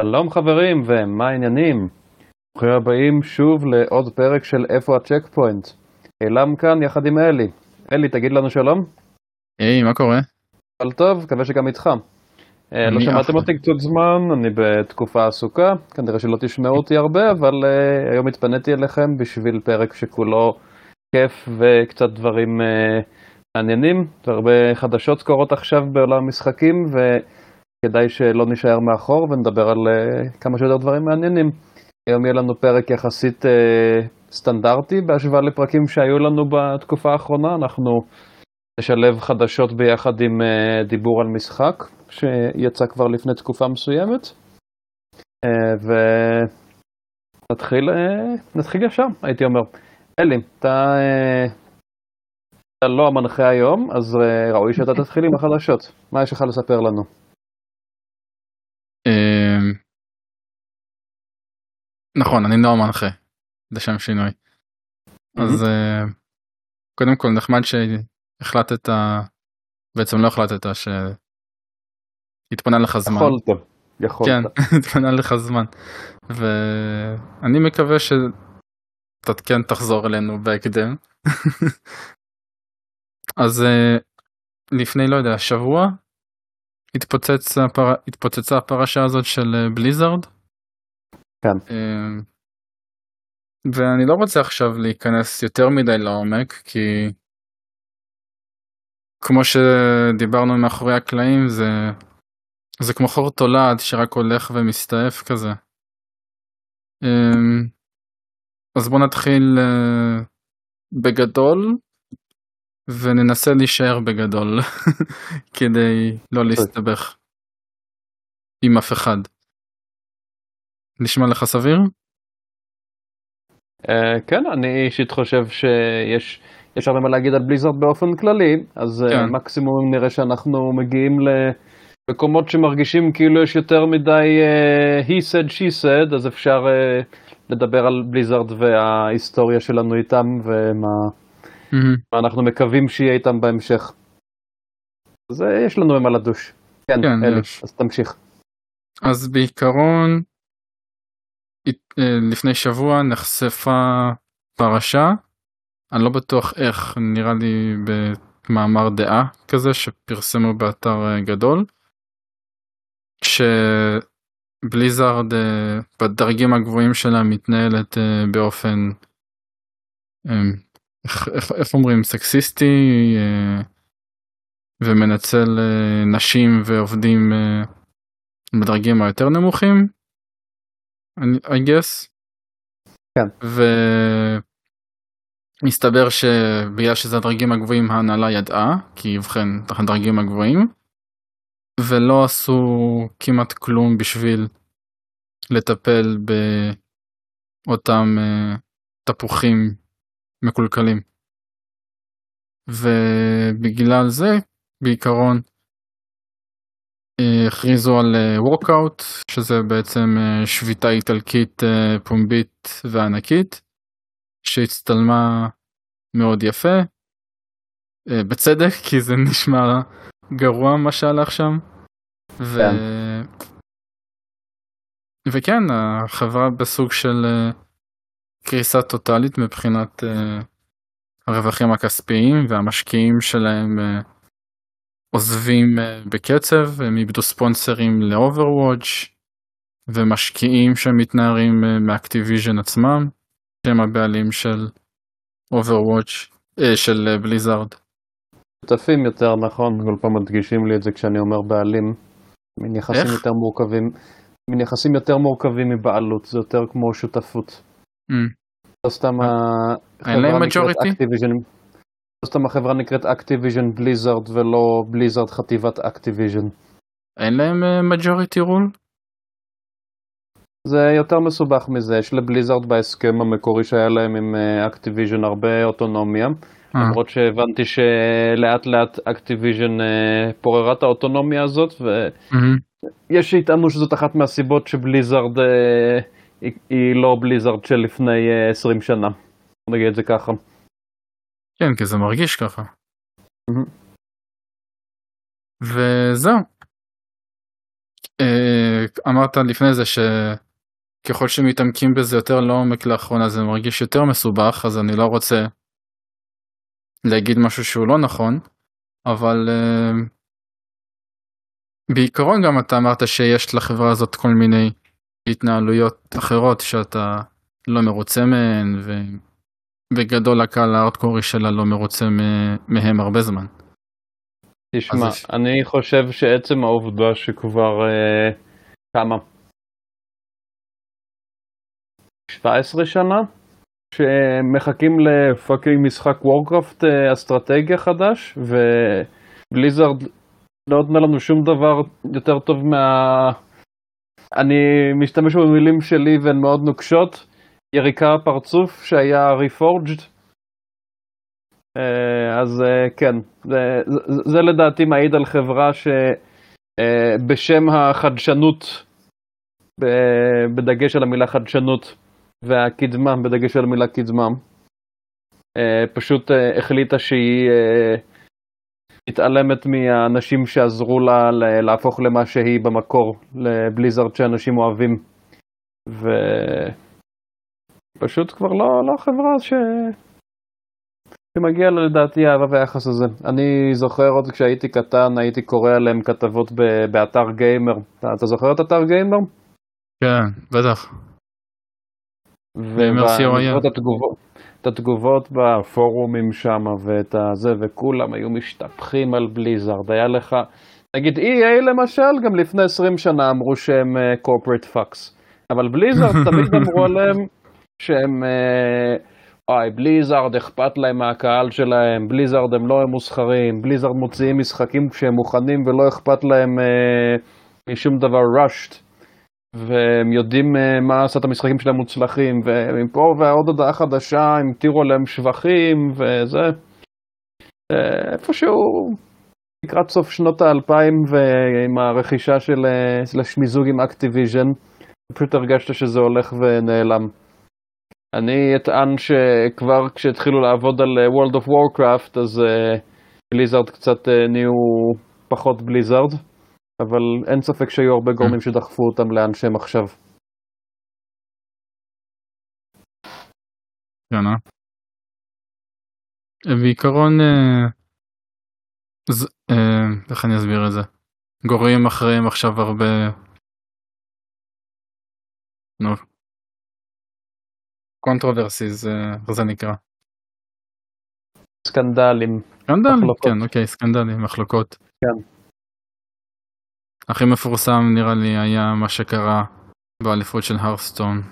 שלום חברים, ומה העניינים? ברוכים הבאים שוב לעוד פרק של איפה הצ'ק פוינט. אילם כאן יחד עם אלי. אלי, תגיד לנו שלום. היי, מה קורה? אבל טוב, מקווה שגם איתך. לא שמעתם אותי קצת זמן, אני בתקופה עסוקה, כנראה שלא תשמעו אותי הרבה, אבל היום התפניתי אליכם בשביל פרק שכולו כיף וקצת דברים מעניינים, והרבה חדשות קורות עכשיו בעולם המשחקים, כדאי שלא נשאר מאחור ונדבר על כמה שיותר דברים מעניינים. היום יהיה לנו פרק יחסית סטנדרטי בהשוואה לפרקים שהיו לנו בתקופה האחרונה. אנחנו נשלב חדשות ביחד עם דיבור על משחק שיצא כבר לפני תקופה מסוימת. ונתחיל ישר, הייתי אומר. אלי, אתה לא המנחה היום, אז ראוי שאתה תתחיל עם החדשות. מה יש לך לספר לנו? נכון, אני לא המנחה, לשם שינוי. אז קודם כל נחמד שהחלטת, בעצם לא החלטת, שהתפנה לך זמן. יכולת. כן, התפנה לך זמן. ואני מקווה שאתה כן תחזור אלינו בהקדם. אז לפני, לא יודע, שבוע, התפוצצה הפרשה הזאת של בליזארד. כן. ואני לא רוצה עכשיו להיכנס יותר מדי לעומק, כי כמו שדיברנו מאחורי הקלעים, זה כמו חור תולד שרק הולך ומסתעף כזה. אז בוא נתחיל בגדול, וננסה להישאר בגדול, כדי לא להסתבך עם אף אחד. נשמע לך סביר? כן, אני אישית חושב שיש הרבה מה להגיד על בליזארד באופן כללי, אז מקסימום נראה שאנחנו מגיעים למקומות שמרגישים כאילו יש יותר מדי he said, she said, אז אפשר לדבר על בליזארד וההיסטוריה שלנו איתם, ומה אנחנו מקווים שיהיה איתם בהמשך. אז יש לנו מה לדוש. כן, אלי, אז תמשיך. אז בעיקרון, לפני שבוע נחשפה פרשה, אני לא בטוח איך, נראה לי במאמר דעה כזה שפרסמו באתר גדול, שבליזארד בדרגים הגבוהים שלה מתנהלת באופן, איך אומרים, סקסיסטי, ומנצל נשים ועובדים בדרגים היותר נמוכים, I guess. כן. ומסתבר שבגלל שזה הדרגים הגבוהים ההנהלה ידעה, כי ובכן הדרגים הגבוהים, ולא עשו כמעט כלום בשביל לטפל באותם תפוחים מקולקלים. ובגלל זה בעיקרון הכריזו על ווקאוט, שזה בעצם שביתה איטלקית פומבית וענקית, שהצטלמה מאוד יפה, בצדק, כי זה נשמע גרוע מה שהלך שם. וכן, החברה בסוג של קריסה טוטלית מבחינת הרווחים הכספיים, והמשקיעים שלהם עוזבים בקצב, הם איבדו ספונסרים לאוברווatch, ומשקיעים שמתנערים מאקטיביז'ן עצמם, שהם הבעלים של אוברווatch, של בליזארד. שותפים יותר, נכון, כל פעם מדגישים לי את זה כשאני אומר בעלים. מין יחסים יותר מורכבים, מין יחסים יותר מורכבים מבעלות, זה יותר כמו שותפות. לא סתם החברה נקראת אקטיביז'ן. לא סתם החברה נקראת אקטיביז'ן בליזארד ולא בליזארד חטיבת אקטיביז'ן. אין להם majority rule? זה יותר מסובך מזה, יש לבליזארד בהסכם המקורי שהיה להם עם אקטיביז'ן הרבה אוטונומיה, למרות שהבנתי שלאט לאט אקטיביז'ן פוררה את האוטונומיה הזאת, ויש שיטענו שזאת אחת מהסיבות שבליזארד היא לא בליזארד של לפני 20 שנה, נגיד את זה ככה. כן, כי זה מרגיש ככה. וזהו. אמרת לפני זה שככל שמתעמקים בזה יותר לעומק לאחרונה זה מרגיש יותר מסובך, אז אני לא רוצה להגיד משהו שהוא לא נכון, אבל בעיקרון גם אתה אמרת שיש לחברה הזאת כל מיני התנהלויות אחרות שאתה לא מרוצה מהן, ובגדול הקהל הארדקורי שלה לא מרוצה מהם הרבה זמן. תשמע, אני חושב שעצם העובדה שכבר כמה? 17 שנה? שמחכים לפאקינג משחק וורקראפט אסטרטגיה חדש, ובליזארד לא נותנה לנו שום דבר יותר טוב אני משתמש במילים שלי והן מאוד נוקשות, יריקה פרצוף שהיה ריפורג'ד. אז כן, זה לדעתי מעיד על חברה שבשם החדשנות, בדגש על המילה חדשנות, והקדמה, בדגש על המילה קדמה, פשוט החליטה שהיא מתעלמת מהאנשים שעזרו לה להפוך למה שהיא במקור, לבליזארד שאנשים אוהבים, ופשוט כבר לא חברה שמגיע לה לדעתי אהבה והיחס הזה. אני זוכר עוד כשהייתי קטן, הייתי קורא עליהם כתבות באתר גיימר. אתה זוכר את אתר גיימר? כן, בטח. את התגובות בפורומים שם ואת הזה, וכולם היו משתפכים על בליזארד. היה לך, נגיד EA למשל, גם לפני 20 שנה אמרו שהם corporate fucks. אבל בליזארד תמיד אמרו עליהם שהם, בליזארד אכפת להם מהקהל שלהם, בליזארד הם לא מוסחרים, בליזארד מוציאים משחקים כשהם מוכנים ולא אכפת להם משום דבר rushed. והם יודעים מה עשה את המשחקים שלהם מוצלחים, ומפה ועוד הודעה חדשה, הם תירו להם שבחים, וזה איפשהו לקראת סוף שנות ה-2000, ועם הרכישה של מיזוג עם אקטיביז'ן, פשוט הרגשת שזה הולך ונעלם. אני אטען שכבר כשהתחילו לעבוד על World of Warcraft, אז בליזארד קצת נהיו פחות בליזארד, אבל אין ספק שהיו הרבה גורמים שדחפו אותם לאן שהם עכשיו. כן, בעיקרון, איך אני אסביר את זה? גורמים אחריהם עכשיו הרבה, קונטרוברסיז, איך זה נקרא? סקנדלים. סקנדלים, כן, אוקיי, סקנדלים, מחלוקות. כן. הכי מפורסם נראה לי היה מה שקרה באליפות של הרסטון.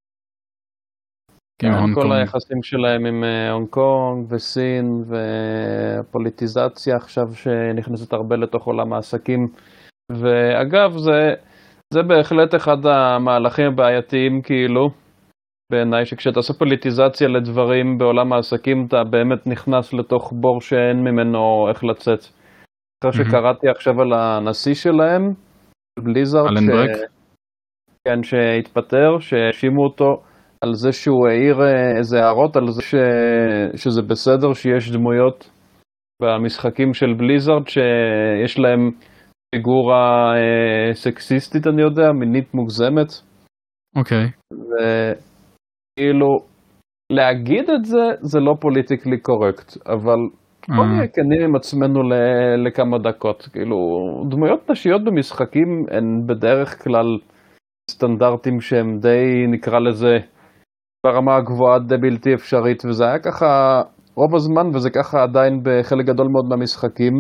כן, כל היחסים שלהם עם הונג קונג וסין והפוליטיזציה עכשיו שנכנסת הרבה לתוך עולם העסקים. ואגב, זה בהחלט אחד המהלכים הבעייתיים כאילו, בעיניי שכשאתה עושה פוליטיזציה לדברים בעולם העסקים, אתה באמת נכנס לתוך בור שאין ממנו איך לצאת. אחרי שקראתי עכשיו על הנשיא שלהם, בליזארד, כן, שהתפטר, שהאשימו אותו על זה שהוא העיר איזה הערות, על זה שזה בסדר שיש דמויות במשחקים של בליזארד, שיש להם פיגורה סקסיסטית, אני יודע, מינית מוגזמת. אוקיי. וכאילו, להגיד את זה, זה לא פוליטיקלי קורקט, אבל בוא נהיה כנים עם עצמנו לכמה דקות. כאילו, דמויות נשיות במשחקים הן בדרך כלל סטנדרטים שהם די, נקרא לזה, ברמה הגבוהה די בלתי אפשרית, וזה היה ככה רוב הזמן, וזה ככה עדיין בחלק גדול מאוד מהמשחקים.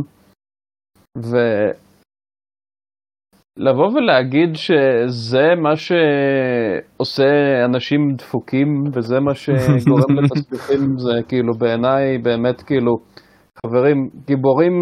ולבוא ולהגיד שזה מה שעושה אנשים דפוקים, וזה מה שגורם לתסביכים, זה כאילו בעיניי באמת כאילו, חברים, גיבורים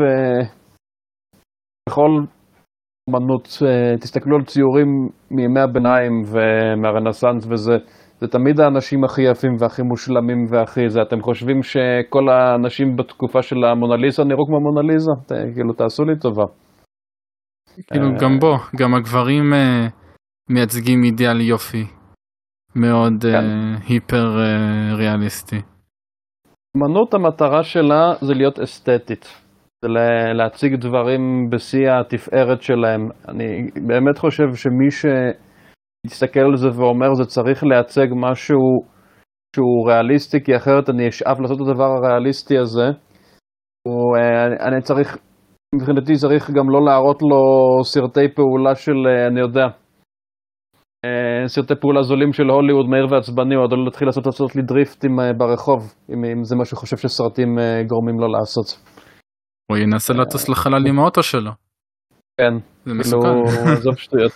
ובכל אמנות, תסתכלו על ציורים מימי הביניים ומהרנסנס וזה, זה תמיד האנשים הכי יפים והכי מושלמים והכי זה. אתם חושבים שכל האנשים בתקופה של המונליזה נראו כמו מונליזה? כאילו, תעשו לי טובה. כאילו, גם גם הגברים מייצגים אידיאל יופי. מאוד היפר ריאליסטי. אמנות המטרה שלה זה להיות אסתטית. להציג דברים בשיא התפארת שלהם. אני באמת חושב שמי שיסתכל על זה ואומר זה צריך לייצג משהו שהוא ריאליסטי, כי אחרת אני אשאף לעשות את הדבר הריאליסטי הזה. אני צריך, מבחינתי צריך גם לא להראות לו סרטי פעולה של, אני יודע, סרטי פעולה זולים של הוליווד, מהיר ועצבני, או לא להתחיל לעשות לי דריפטים ברחוב, אם זה מה שחושב שסרטים גורמים לו לעשות. הוא ינסה לטוס לחלל עם האוטו שלו. כן, זה מסוכן. עזוב שטויות.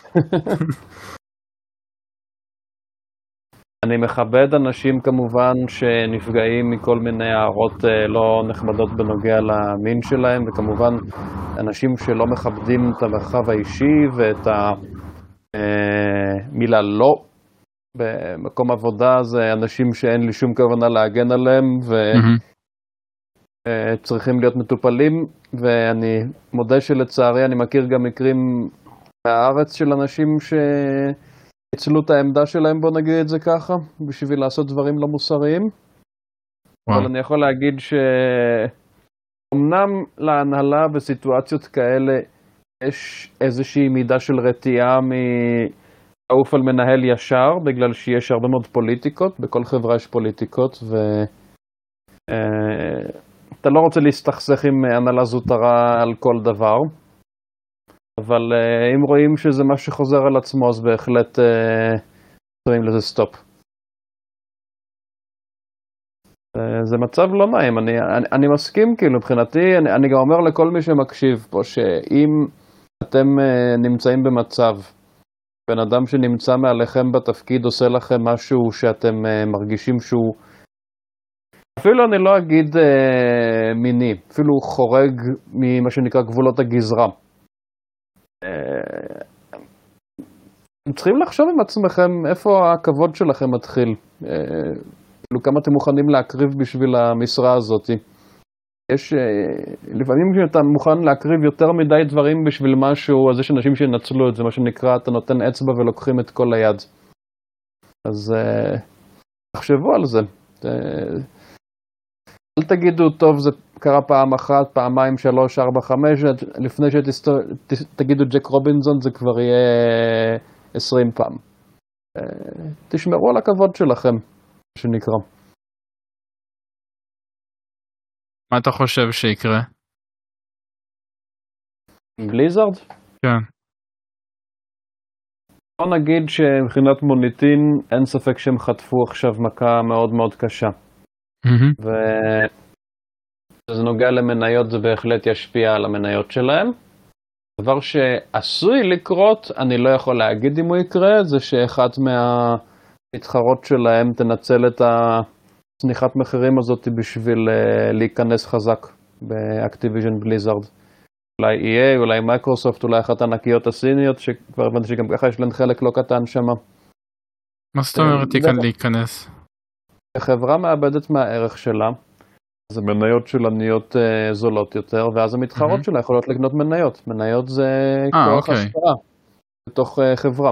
אני מכבד אנשים כמובן שנפגעים מכל מיני הערות לא נחמדות בנוגע למין שלהם, וכמובן אנשים שלא מכבדים את המרחב האישי ואת המילה לא במקום עבודה, זה אנשים שאין לי שום כוונה להגן עליהם וצריכים להיות מטופלים, ואני מודה שלצערי אני מכיר גם מקרים מהארץ של אנשים ניצלו את העמדה שלהם, בוא נגיד את זה ככה, בשביל לעשות דברים לא מוסריים. אבל אני יכול להגיד שאומנם להנהלה בסיטואציות כאלה יש איזושהי מידה של רתיעה מעוף על מנהל ישר, בגלל שיש הרבה מאוד פוליטיקות, בכל חברה יש פוליטיקות, ואתה לא רוצה להסתכסך עם הנהלה זוטרה על כל דבר. אבל אם רואים שזה מה שחוזר על עצמו, אז בהחלט שמים לזה סטופ. זה מצב לא נעים, אני מסכים כאילו מבחינתי, אני גם אומר לכל מי שמקשיב פה, שאם אתם נמצאים במצב, בן אדם שנמצא מעליכם בתפקיד עושה לכם משהו שאתם מרגישים שהוא, אפילו אני לא אגיד מיני, אפילו חורג ממה שנקרא גבולות הגזרה. אתם צריכים לחשוב עם עצמכם איפה הכבוד שלכם מתחיל, כאילו כמה אתם מוכנים להקריב בשביל המשרה הזאת. יש לפעמים כשאתה מוכן להקריב יותר מדי דברים בשביל משהו, אז יש אנשים שינצלו את זה, מה שנקרא אתה נותן אצבע ולוקחים את כל היד. אז תחשבו על זה, אל תגידו טוב זה קרה פעם אחת, פעמיים, 3, 4, 5, לפני שתגידו ג'ק רובינזון זה כבר יהיה 20 פעם. תשמרו על הכבוד שלכם, שנקרא. מה אתה חושב שיקרה? בליזארד? כן. בוא נגיד שמבחינת מוניטין אין ספק שהם חטפו עכשיו מכה מאוד מאוד קשה. וזה נוגע למניות, זה בהחלט ישפיע על המניות שלהם. דבר שעשוי לקרות, אני לא יכול להגיד אם הוא יקרה, זה שאחת מהמתחרות שלהם תנצל את הצניחת מחירים הזאת בשביל להיכנס חזק באקטיביז'ן בליזארד. אולי EA, אולי מייקרוסופט, אולי אחת הענקיות הסיניות, שכבר הבנתי שגם ככה יש להם חלק לא קטן שם. מה זאת אומרת להיכנס? החברה מאבדת מהערך שלה, אז המניות שלה נהיות זולות יותר, ואז המתחרות שלה יכולות לקנות מניות. מניות זה כוח השפעה בתוך חברה.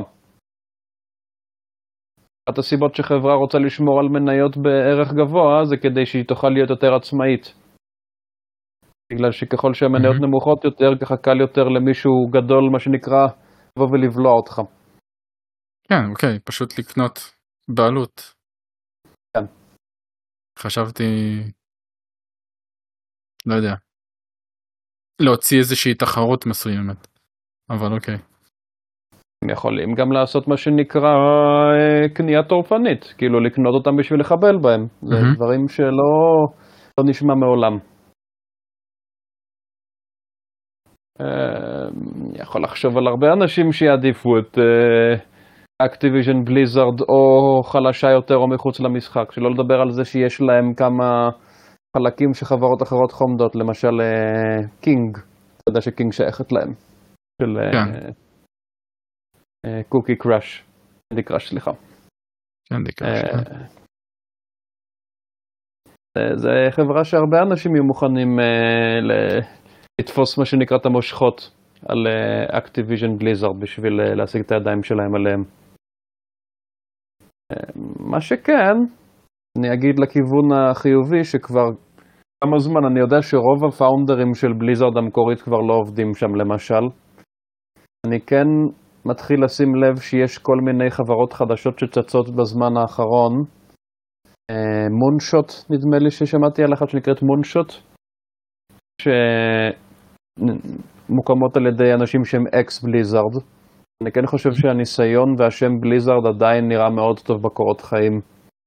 אחת הסיבות שחברה רוצה לשמור על מניות בערך גבוה, זה כדי שהיא תוכל להיות יותר עצמאית. בגלל שככל שהמניות נמוכות יותר, ככה קל יותר למישהו גדול, מה שנקרא, לבוא ולבלוע אותך. כן, אוקיי, פשוט לקנות בעלות. כן. חשבתי, לא יודע, להוציא איזושהי תחרות מסוימת, אבל אוקיי. הם יכולים גם לעשות מה שנקרא קנייה טורפנית, כאילו לקנות אותם בשביל לחבל בהם. זה דברים שלא נשמע מעולם. יכול לחשוב על הרבה אנשים שיעדיפו את אקטיביז'ן בליזארד או חלשה יותר או מחוץ למשחק, שלא לדבר על זה שיש להם כמה חלקים שחברות אחרות חומדות, למשל קינג, אתה יודע שקינג שייכת להם, של קוקי קראש, קנדי קראש, סליחה. קנדי קראש, זה חברה שהרבה אנשים יהיו מוכנים לתפוס מה שנקרא את המושכות על אקטיביז'ן בליזארד בשביל להשיג את הידיים שלהם עליהם. מה שכן, אני אגיד לכיוון החיובי שכבר כמה זמן, אני יודע שרוב הפאונדרים של בליזרד המקורית כבר לא עובדים שם למשל. אני כן מתחיל לשים לב שיש כל מיני חברות חדשות שצצות בזמן האחרון. מונשוט, נדמה לי ששמעתי על אחת שנקראת מונשוט, שמוקמות על ידי אנשים שהם אקס בליזרד. אני כן חושב שהניסיון והשם בליזרד עדיין נראה מאוד טוב בקורות חיים.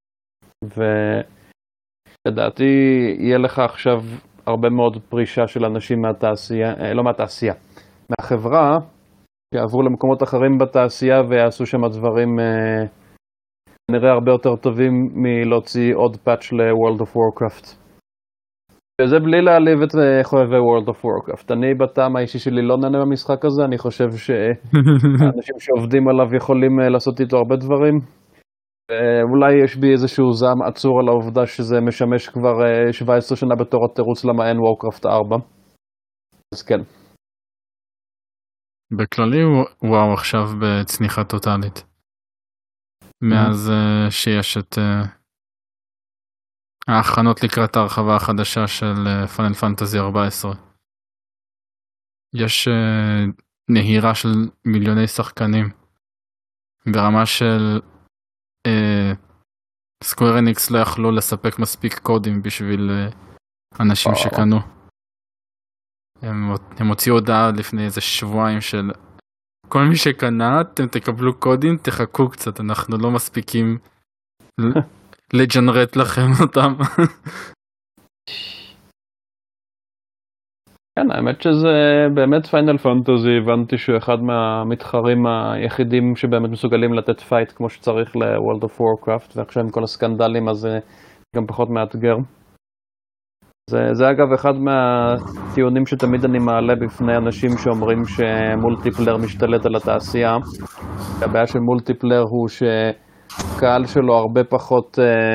ולדעתי יהיה לך עכשיו הרבה מאוד פרישה של אנשים מהתעשייה, לא מהתעשייה, מהחברה, שיעברו למקומות אחרים בתעשייה ויעשו שם דברים נראה הרבה יותר טובים מלהוציא עוד פאץ' ל-World of Warcraft. וזה בלי להעליב את חובבי World of Warcraft. אני בטעם האישי שלי לא נהנה במשחק הזה, אני חושב שהאנשים שעובדים עליו יכולים לעשות איתו הרבה דברים. אולי יש בי איזשהו זעם עצור על העובדה שזה משמש כבר 17 שנה בתור התירוץ למה אין Warcraft 4. אז כן. בכללי וואו עכשיו בצניחה טוטלית. מאז שיש את ההכנות לקראת ההרחבה החדשה של פיינל פנטזי 14. יש נהירה של מיליוני שחקנים ברמה של סקוואר אניקס לא יכלו לספק מספיק קודים בשביל אנשים שקנו. הם הוציאו הודעה לפני איזה שבועיים של כל מי שקנה אתם תקבלו קודים, תחכו קצת, אנחנו לא מספיקים לג'נרט לכם אותם. כן, האמת שזה באמת פיינל פנטזי, הבנתי שהוא אחד מהמתחרים היחידים שבאמת מסוגלים לתת פייט כמו שצריך ל-World of Warcraft, ועכשיו עם כל הסקנדלים אז זה גם פחות מאתגר. זה אגב אחד מהטיעונים שתמיד אני מעלה בפני אנשים שאומרים שמולטיפלר משתלט על התעשייה. הבעיה של מולטיפלר הוא שקהל שלו הרבה פחות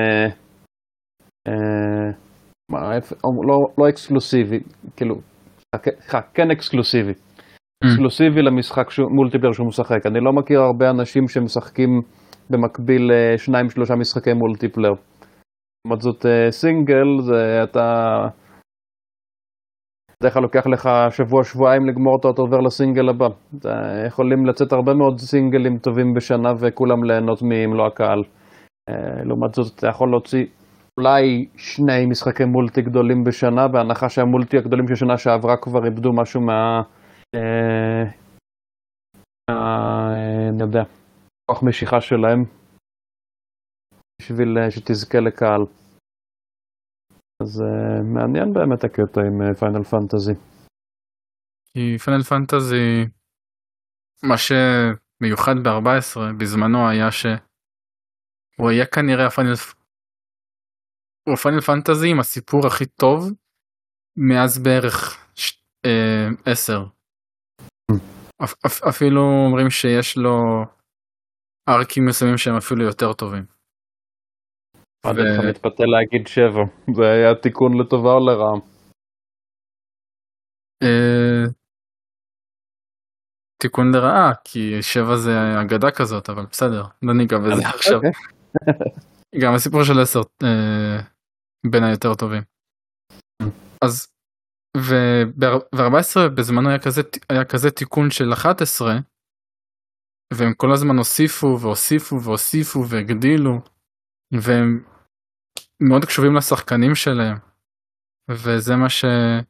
לא אקסקלוסיבי, כאילו כן אקסקלוסיבי. אקסקלוסיבי למשחק מולטיפלר שהוא משחק. אני לא מכיר הרבה אנשים שמשחקים במקביל 2-3 משחקי מולטיפלר. זאת זאת סינגל, זה אתה בדרך כלל לוקח לך שבוע-שבועיים לגמור אותו, אתה עובר לסינגל הבא. יכולים לצאת הרבה מאוד סינגלים טובים בשנה וכולם ליהנות ממלוא הקהל. לעומת זאת אתה יכול להוציא אולי 2 משחקי מולטי גדולים בשנה, בהנחה שהמולטי הגדולים של שנה שעברה כבר איבדו משהו אני יודע, כוח משיכה שלהם. בשביל שתזכה לקהל. אז מעניין באמת הקטע עם פיינל פנטזי. כי פיינל פנטזי, מה שמיוחד ב-14 בזמנו היה שהוא היה כנראה פיינל פנטזי עם הסיפור הכי טוב מאז בערך 10. אפילו אומרים שיש לו ארקים מסוימים שהם אפילו יותר טובים. אתה מתפתה להגיד 7, זה היה תיקון לטובה או לרעה? תיקון לרעה, כי 7 זה אגדה כזאת, אבל בסדר, לא ניגע בזה עכשיו. גם הסיפור של 10 בין היותר טובים. אז ו-14 בזמנו היה כזה תיקון של 11, והם כל הזמן הוסיפו והוסיפו והוסיפו והגדילו, והם מאוד קשובים לשחקנים שלהם, וזה מה שמאוד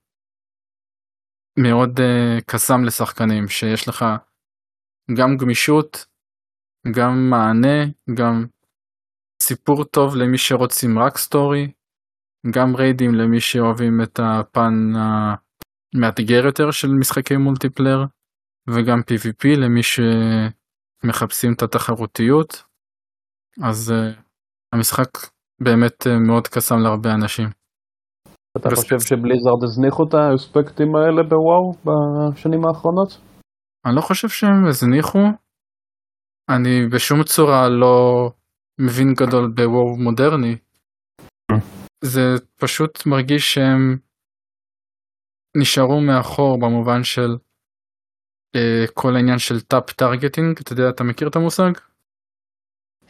קסם לשחקנים, שיש לך גם גמישות, גם מענה, גם סיפור טוב למי שרוצים רק סטורי, גם ריידים למי שאוהבים את הפן המאתגר יותר של משחקי מולטיפלר, וגם PvP למי שמחפשים את התחרותיות. אז המשחק באמת מאוד קסם להרבה אנשים. אתה חושב שבליזרד הזניחו את האספקטים האלה בוואו בשנים האחרונות? אני לא חושב שהם הזניחו. אני בשום צורה לא מבין גדול בוואו מודרני. זה פשוט מרגיש שהם נשארו מאחור במובן של כל העניין של טאפ טרגטינג. אתה יודע, אתה מכיר את המושג?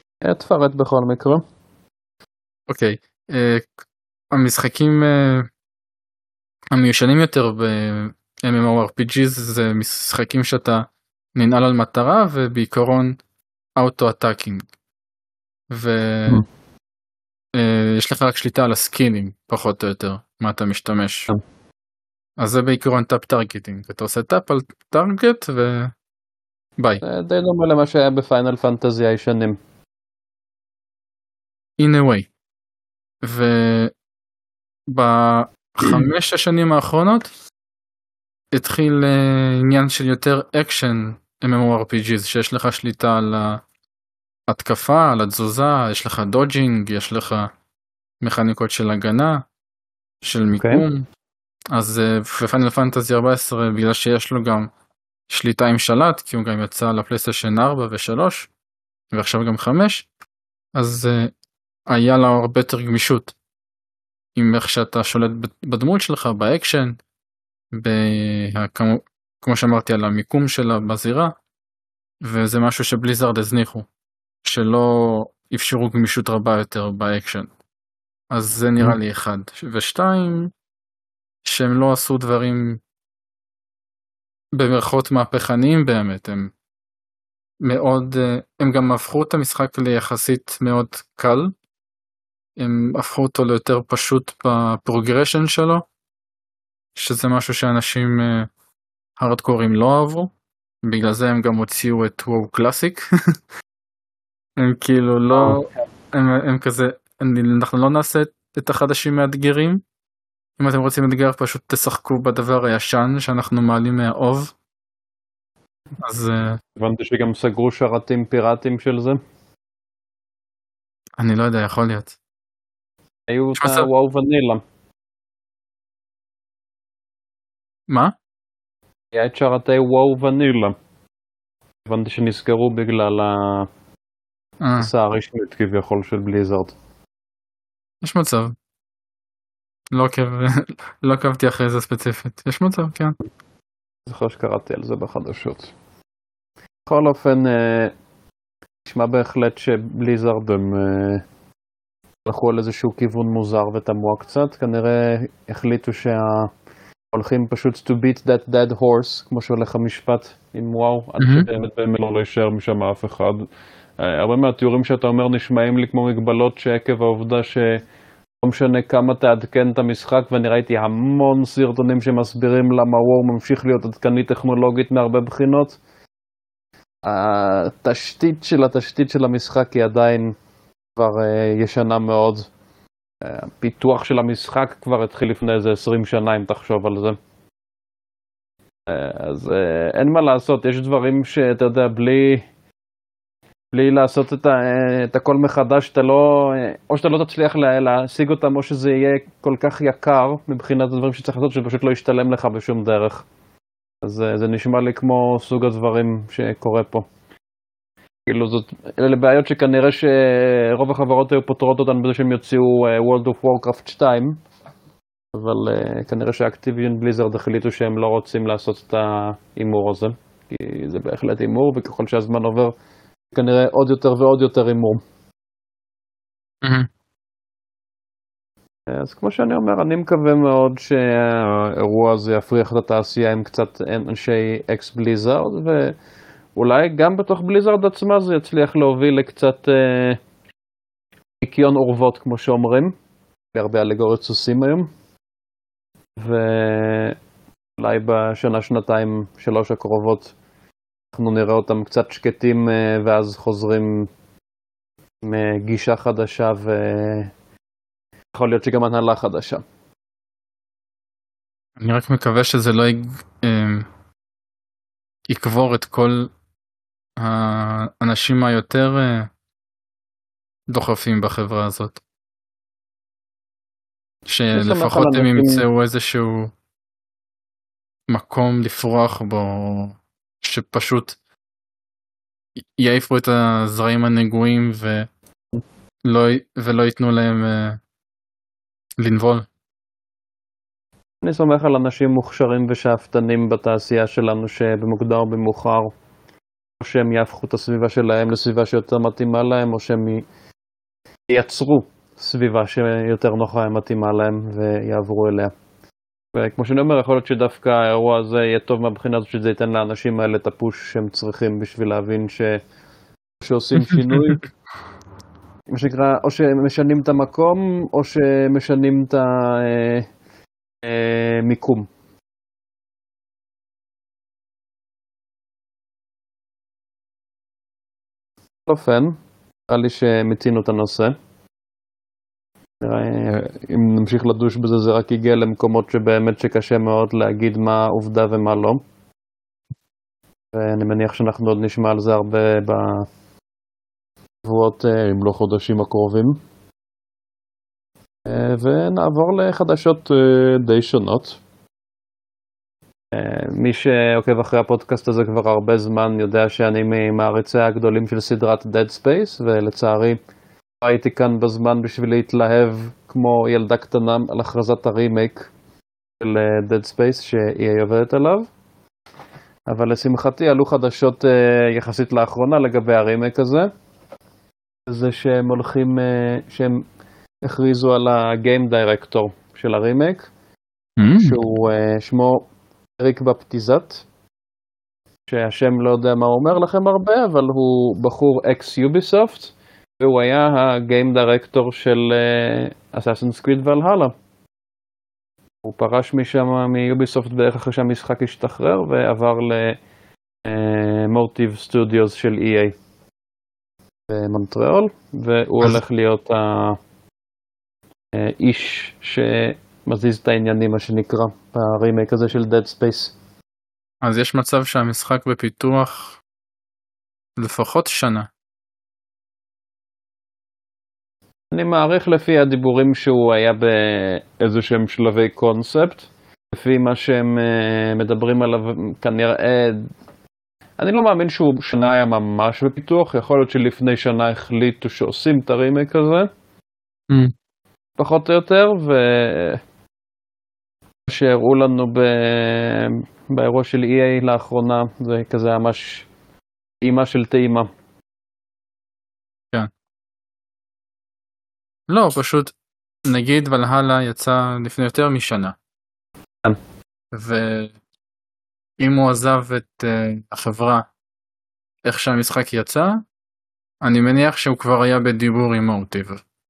תפרט בכל מקרה. אוקיי, המשחקים המיושנים יותר ב-MMORPGs זה משחקים שאתה ננעל על מטרה ובעיקרון אוטו-אטאקינג. ויש לך רק שליטה על הסקינים, פחות או יותר, מה אתה משתמש. אז זה בעיקרון טאפ טרגטינג. אתה עושה טאפ על טרגט וביי. די דומה למה שהיה בפיינל פנטזי הישנים. In a way. ובחמש השנים האחרונות התחיל עניין של יותר אקשן MMORPGs, שיש לך שליטה על ההתקפה, על התזוזה, יש לך דודג'ינג, יש לך מכניקות של הגנה, של מיקום. אז בפיינל פנטזי 14, בגלל שיש לו גם שליטה עם שלט, כי הוא גם יצא לפלייסטיישן 4 ו3, ועכשיו גם 5, אז היה לה הרבה יותר גמישות עם איך שאתה שולט בדמות שלך, באקשן, כמו שאמרתי על המיקום שלה בזירה, וזה משהו שבליזארד הזניחו, שלא אפשרו גמישות רבה יותר באקשן. אז זה נראה לי אחד. ושתיים, שהם לא עשו דברים במרכאות מהפכניים באמת, הם גם הפכו את המשחק ליחסית מאוד קל, הם הפכו אותו ליותר פשוט בפרוגרשן שלו, שזה משהו שאנשים הארדקורים לא אהבו, בגלל זה הם גם הוציאו את וואו קלאסיק, הם כאילו לא, הם כזה, אנחנו לא נעשה את החדשים מאתגרים, אם אתם רוצים אתגר פשוט תשחקו בדבר הישן שאנחנו מעלים מהאוב. אז הבנתי שגם סגרו שרתים פיראטיים של זה. אני לא יודע, יכול להיות. היו את הוואו ונילה. מה? היה את שרתי וואו ונילה. הבנתי שנסגרו בגלל ההסעה הרשמית כביכול של בליזארד. יש מצב. לא עקבתי אחרי זה ספציפית. יש מצב, כן. זוכר שקראתי על זה בחדשות. בכל אופן, נשמע בהחלט שבליזארד הם הלכו על איזשהו כיוון מוזר ותמוה קצת. כנראה החליטו שהולכים פשוט to beat that dead horse, כמו שהולך המשפט עם וואו, עד שבאמת לא יישאר משם אף אחד. הרבה מהתיאורים שאתה אומר נשמעים לי כמו מגבלות שעקב העובדה לא משנה כמה תעדכן את המשחק, ואני ראיתי המון סרטונים שמסבירים למה וואו ממשיך להיות עדכני טכנולוגית מהרבה בחינות. התשתית של המשחק היא עדיין כבר ישנה מאוד. הפיתוח של המשחק כבר התחיל לפני איזה 20 שנה, אם תחשוב על זה. אז אין מה לעשות, יש דברים שאתה יודע, בלי לעשות את הכל מחדש, או שאתה לא תצליח להשיג אותם, או שזה יהיה כל כך יקר מבחינת הדברים שצריך לעשות, שפשוט לא ישתלם לך בשום דרך. אז זה נשמע לי כמו סוג הדברים שקורה פה. כאילו, אלה בעיות שכנראה שרוב החברות היו פותרות אותן בזה שהם יוציאו World of Warcraft 2, אבל כנראה שאקטיביון בליזארד החליטו שהם לא רוצים לעשות את האימור הזה, כי זה בהחלט אימור, וככל שהזמן עובר, כנראה עוד יותר ועוד יותר אימור. אז כמו שאני אומר, אני מקווה מאוד שהאירוע הזה יפריח את התעשייה עם קצת אנשי אקס בליזארד, ואולי גם בתוך בליזארד עצמה זה יצליח להוביל לקצת ניקיון אורוות, כמו שאומרים. להרבה אלגוריות סוסים היום. ואולי בשנה, שנתיים, 3 הקרובות, אנחנו נראה אותם קצת שקטים, ואז חוזרים עם גישה חדשה, ויכול להיות שגם הנהלה חדשה. אני רק מקווה שזה לא יקבור את כל האנשים היותר דוחפים בחברה הזאת. שלפחות הם ימצאו איזשהו מקום לפרוח בו, שפשוט יעיפו את הזרעים הנגועים ולא ייתנו להם לנבול. אני סומך על אנשים מוכשרים ושאפתנים בתעשייה שלנו, שבמוקדם או במאוחר, או שהם יהפכו את הסביבה שלהם לסביבה שיותר מתאימה להם, או שהם ייצרו סביבה שיותר נוחה מתאימה להם ויעברו אליה. וכמו שאני אומר, יכול להיות שדווקא האירוע הזה יהיה טוב מהבחינה הזאת שזה ייתן לאנשים האלה את הפוש שהם צריכים בשביל להבין שעושים שינוי. מה שנקרא, או שמשנים את המקום, או שמשנים את המיקום. אופן, נראה לי שמיצינו את הנושא. אם נמשיך לדוש בזה, זה רק יגיע למקומות שבאמת שקשה מאוד להגיד מה עובדה ומה לא. ואני מניח שאנחנו עוד נשמע על זה הרבה בשבועות, אם לא חודשים הקרובים. ונעבור לחדשות די שונות. מי שעוקב אחרי הפודקאסט הזה כבר הרבה זמן יודע שאני ממעריצי הגדולים של סדרת Dead Space, ולצערי הייתי כאן בזמן בשביל להתלהב כמו ילדה קטנה על הכרזת הרימייק של Dead Space שהיא עובדת עליו. אבל לשמחתי עלו חדשות יחסית לאחרונה לגבי הרימייק הזה. זה שהם שהם הכריזו על הגיים דירקטור של הרימייק, שהוא שמו אריק בפטיזת, שהשם לא יודע מה הוא אומר לכם הרבה, אבל הוא בחור אקס יוביסופט, והוא היה הגיים דירקטור של Assassin's Creed Valhalla. הוא פרש משם מיוביסופט בערך אחרי שהמשחק השתחרר, ועבר למוטיב סטודיוס של EA במונטריאול, והוא הולך להיות האיש שמזיז את העניינים, מה שנקרא, ברימייק הזה של Dead Space. אז יש מצב שהמשחק בפיתוח לפחות שנה. אני מעריך לפי הדיבורים שהוא היה באיזה שהם שלבי קונספט, לפי מה שהם מדברים עליו כנראה, אני לא מאמין שהוא שנה היה ממש בפיתוח, יכול להיות שלפני שנה החליטו שעושים את הרימייק הזה, פחות או יותר, שהראו לנו באירוע של EA לאחרונה, זה כזה ממש אימא של טעימה. כן. לא, פשוט נגיד ולהלה יצא לפני יותר משנה. כן. ואם הוא עזב את החברה איך שהמשחק יצא, אני מניח שהוא כבר היה בדיבור עם מוטיב.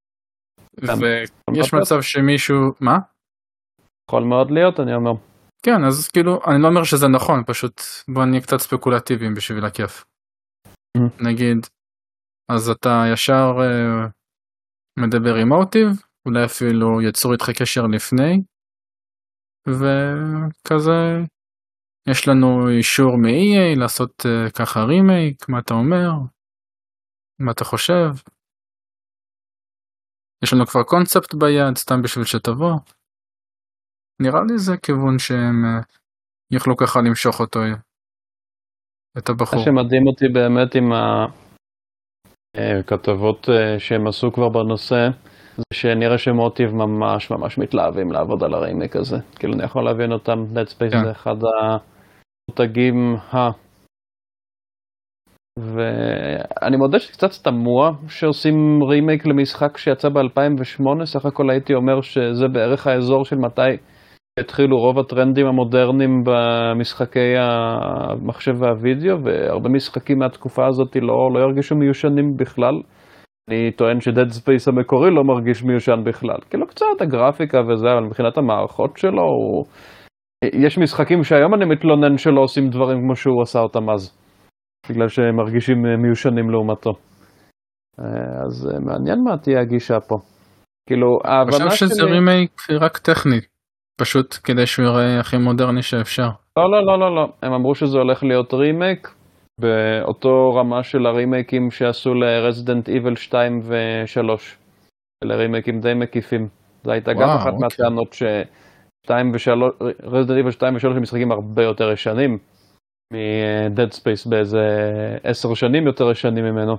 ויש מצב שמישהו... מה? יכול מאוד להיות, אני אומר. כן, אז כאילו, אני לא אומר שזה נכון, פשוט בוא נהיה קצת ספקולטיביים בשביל הכיף. נגיד, אז אתה ישר מדבר עם מוטיב, אולי אפילו יצרו איתך קשר לפני, וכזה, יש לנו אישור מ-EA לעשות ככה רימייק, מה אתה אומר? מה אתה חושב? יש לנו כבר קונספט ביד, סתם בשביל שתבוא. נראה לי זה כיוון שהם יוכלו ככה למשוך אותו, את הבחור. מה שמדהים אותי באמת עם הכתבות שהם עשו כבר בנושא, זה שנראה שמוטיב ממש ממש מתלהבים לעבוד על הרימייק הזה. כאילו אני יכול להבין אותם, Dead Space זה אחד המותגים ואני מודה שקצת תמוה שעושים רימייק למשחק שיצא ב-2008, סך הכל הייתי אומר שזה בערך האזור של מתי התחילו רוב הטרנדים המודרניים במשחקי המחשב והווידאו, והרבה משחקים מהתקופה הזאת לא ירגישו מיושנים בכלל. אני טוען שדד ספייס המקורי לא מרגיש מיושן בכלל. כאילו קצת הגרפיקה וזה, אבל מבחינת המערכות שלו, יש משחקים שהיום אני מתלונן שלא עושים דברים כמו שהוא עשה אותם אז. בגלל שהם מרגישים מיושנים לעומתו. אז מעניין מה תהיה הגישה פה. כאילו, ההבנה שלי... חושב שזה רימייק רק טכני. פשוט כדי שהוא יראה הכי מודרני שאפשר. לא. הם אמרו שזה הולך להיות רימייק, באותו רמה של הרימייקים שעשו ל-Resident Evil 2 ו-3. לרימייקים די מקיפים. זו הייתה גם אחת מהטענות Resident Evil 2 ו-3 הם משחקים הרבה יותר ישנים. מ-Dead Space באיזה 10 שנים יותר ישנים ממנו.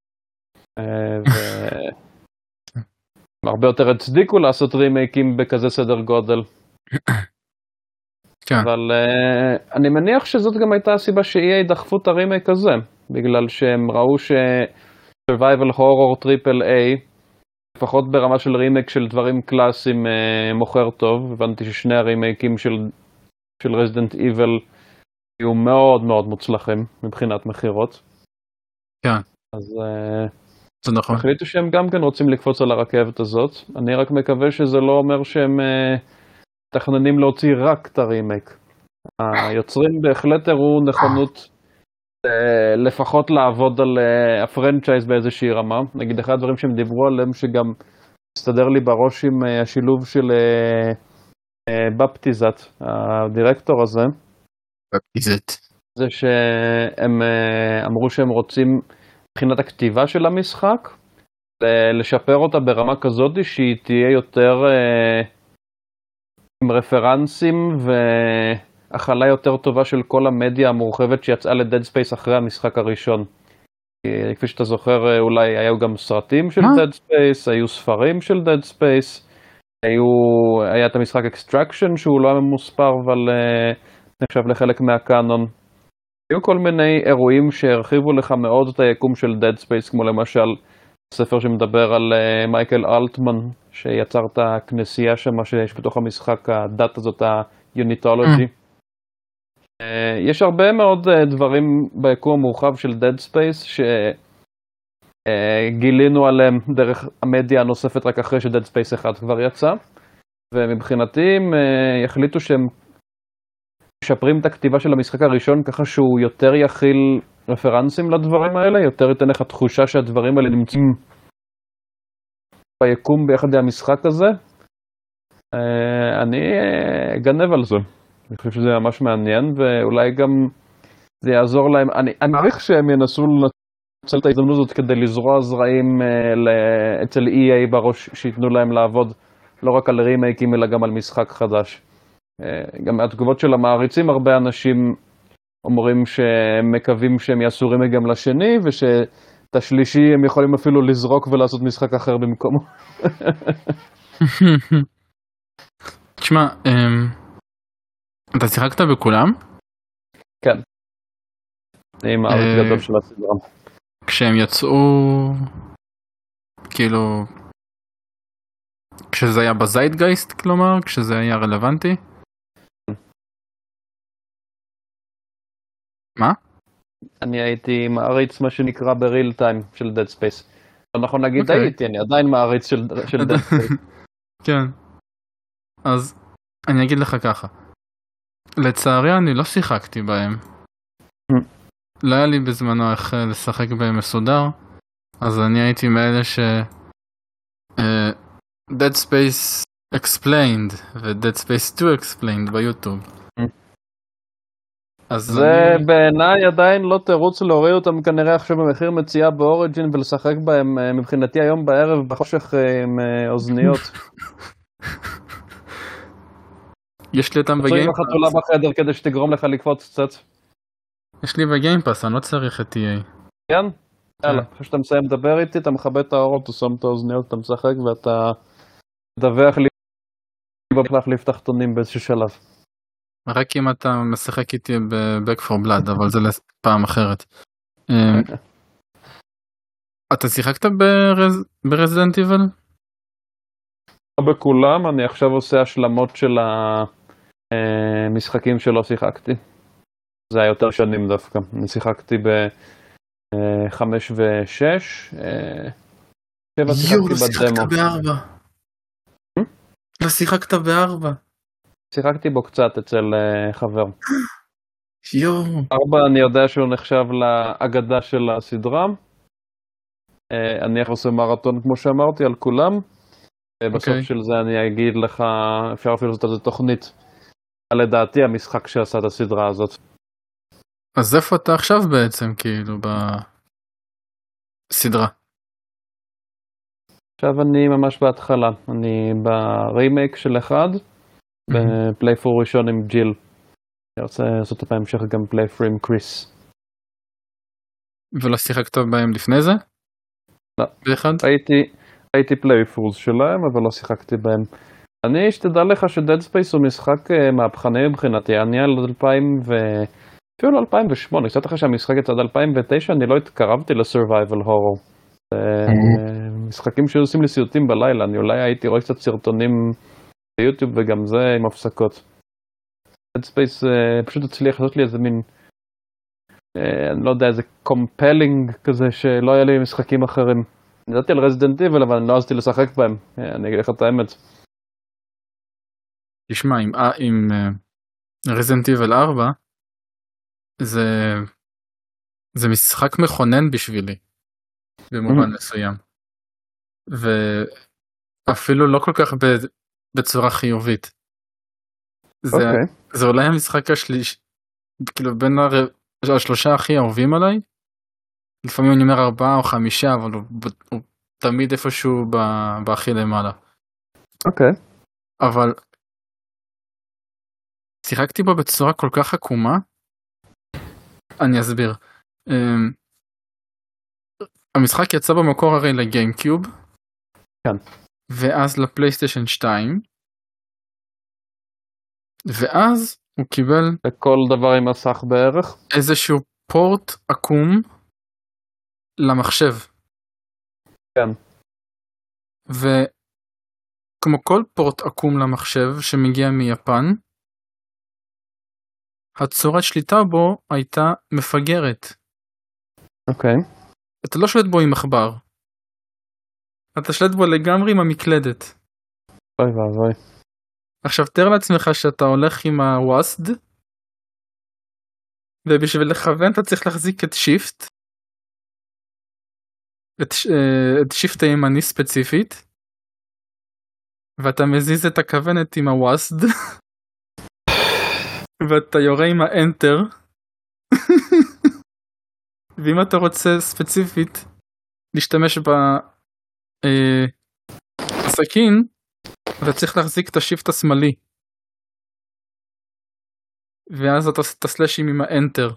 הרבה יותר הצדיקו לעשות רימייקים בכזה סדר גודל. אבל אני מניח שזאת גם הייתה הסיבה ש-EA דחפו את הרימייק הזה, בגלל שהם ראו ש-Survival Horror AAA לפחות ברמה של רימייק של דברים קלאסיים מוכר טוב. הבנתי ששני הרימייקים של Resident Evil היו מאוד מאוד מוצלחים מבחינת מחירות. כן. אז זה נכון. החליטו שהם גם כן רוצים לקפוץ על הרכבת הזאת. אני רק מקווה שזה לא אומר שהם תכננים להוציא רק את הרימייק. היוצרים בהחלט הראו נכונות לפחות לעבוד על הפרנצ'ייז באיזושהי רמה. נגיד אחד הדברים שהם דיברו עליהם שגם מסתדר לי בראש עם השילוב של בפטיזת, הדירקטור הזה. בפטיזת. זה שהם אמרו שהם רוצים מבחינת הכתיבה של המשחק לשפר אותה ברמה כזאת שהיא תהיה יותר עם רפרנסים והכלה יותר טובה של כל המדיה המורחבת שיצאה לדד ספייס אחרי המשחק הראשון. כפי שאתה זוכר, אולי היו גם סרטים של דד ספייס, היו ספרים של דד ספייס, היה את המשחק אקסטרקשן שהוא לא היה ממוספר אבל נחשב לחלק מהקאנון. היו כל מיני אירועים שהרחיבו לך מאוד את היקום של Dead Space, כמו למשל ספר שמדבר על מייקל אלטמן, שיצר את הכנסייה שמה שיש בתוך המשחק, הדת הזאת, היוניטולוגי. יש הרבה מאוד דברים ביקום המורחב של Dead Space שגילינו עליהם דרך המדיה הנוספת רק אחרי ש-Dead Space 1 כבר יצא, ומבחינתי הם יחליטו שהם משפרים את הכתיבה של המשחק הראשון ככה שהוא יותר יכיל רפרנסים לדברים האלה, יותר ייתן לך תחושה שהדברים האלה נמצאים ביקום ביחד עם המשחק הזה. אני אגנב על זה. אני חושב שזה ממש מעניין, ואולי גם זה יעזור להם. אני מעריך שהם ינסו לנצל את ההזדמנות הזאת כדי לזרוע זרעים אצל EA בראש, שיתנו להם לעבוד לא רק על רימייקים אלא גם על משחק חדש. גם מהתגובות של המעריצים, הרבה אנשים אומרים שהם מקווים שהם יעשו רימייק גם לשני, ושאת השלישי הם יכולים אפילו לזרוק ולעשות משחק אחר במקומו. תשמע, אתה שיחקת בכולם? כן. אני מעריץ גדול של הסדרה. כשהם יצאו, כאילו, כשזה היה בזיידגייסט, כלומר, כשזה היה רלוונטי? מה? אני הייתי מעריץ מה שנקרא בריל טיים של Dead Space. לא נכון להגיד הייתי, אני עדיין מעריץ של Dead Space. כן. אז אני אגיד לך ככה. לצערי אני לא שיחקתי בהם. לא היה לי בזמנו איך לשחק בהם מסודר. אז אני הייתי מאלה ש... Dead Space Explained ו-Dead Space 2 Explained ביוטיוב. זה בעיניי עדיין לא תירוץ להוריד אותם כנראה עכשיו במחיר מציאה באוריג'ין ולשחק בהם מבחינתי היום בערב בחושך עם אוזניות. יש לי אותם בגיימפאס. צריך חתולה בחדר כדי שתגרום לך לקפוץ קצת. יש לי בגיימפאס, אני לא צריך את EA. כן? יאללה, אחרי שאתה מסיים לדבר איתי, אתה מכבה את האורות, אתה שם את האוזניות, אתה משחק ואתה מדווח לי להחליף תחתונים באיזשהו שלב. רק אם אתה משחק איתי ב-Back 4 Blood, אבל זה לפעם אחרת. אתה שיחקת ב-Resident Evil? לא בכולם, אני עכשיו עושה השלמות של המשחקים שלא שיחקתי. זה היה יותר שנים דווקא. אני שיחקתי ב-5 ו-6. 7 שיחקתי בדמו. לא שיחקת ב-4. לא שיחקת ב-4. שיחקתי בו קצת אצל חבר. 4 יואו. אני יודע שהוא נחשב לאגדה של הסדרה. אני עושה מרתון כמו שאמרתי על כולם. בסוף של זה אני אגיד לך, אפשר אפילו לעשות על זה תוכנית. לדעתי המשחק שעשה את הסדרה הזאת. אז איפה אתה עכשיו בעצם כאילו בסדרה? עכשיו אני ממש בהתחלה. אני ברימייק של אחד. בפלייפור ראשון עם ג'יל. אני רוצה לעשות את ההמשך גם פלייפור עם קריס. ולא שיחקת בהם לפני זה? לא. באחד? הייתי פלייפורס שלהם, אבל לא שיחקתי בהם. אני אשתדע לך שדד ספייס הוא משחק מהפכני מבחינתי. אני על 2000 אפילו 2008. קצת אחרי שהמשחק יצא עד 2009, אני לא התקרבתי לסרווייבל הורור. משחקים שעושים לי סיוטים בלילה, אני אולי הייתי רואה קצת סרטונים ביוטיוב וגם זה עם הפסקות. Dead Space פשוט הצליח לעשות לי איזה מין, אני לא יודע, איזה קומפלינג כזה שלא היה לי משחקים אחרים. נדעתי על Resident Evil אבל אני לא עזתי לשחק בהם, אני אגיד לך את האמת. תשמע, עם Resident Evil 4 זה משחק מכונן בשבילי במובן מסוים, ואפילו לא כל כך בצורה חיובית. זה אולי המשחק השלישי, כאילו בין השלושה הכי אהובים עליי. לפעמים אני אומר 4 או 5, אבל הוא תמיד איפשהו בהכי למעלה. אוקיי. אבל שיחקתי בו בצורה כל כך עקומה. אני אסביר. המשחק יצא במקור הרי לגיימקיוב. כן. ואז לפלייסטיישן 2. ואז הוא קיבל בכל דבר עם מסך בערך. איזשהו פורט עקום למחשב. כן. וכמו כל פורט עקום למחשב שמגיע מיפן, הצורת שליטה בו הייתה מפגרת. אוקיי. אתה לא שולט בו עם מחבר. אתה שולט בו לגמרי עם המקלדת. אוי ואבוי. עכשיו תאר לעצמך שאתה הולך עם הווסד, ובשביל לכוון אתה צריך להחזיק את שיפט, את שיפט הימני ספציפית, ואתה מזיז את הכוונת עם הווסד, ואתה יורה עם האנטר, ואם אתה רוצה ספציפית להשתמש בסכין, אתה צריך להחזיק את השיפט השמאלי, ואז אתה עושה את הסלאשים עם האנטר.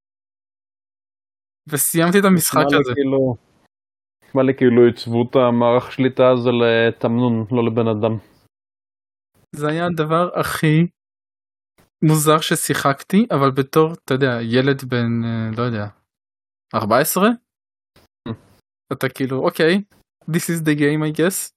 וסיימתי את המשחק הזה. נשמע לי כאילו עיצבו את המערך שליטה הזה לתמנון, לא לבן אדם. זה היה הדבר הכי מוזר ששיחקתי, אבל בתור, אתה יודע, ילד בן, לא יודע, 14? אתה כאילו, אוקיי, this is the game I guess.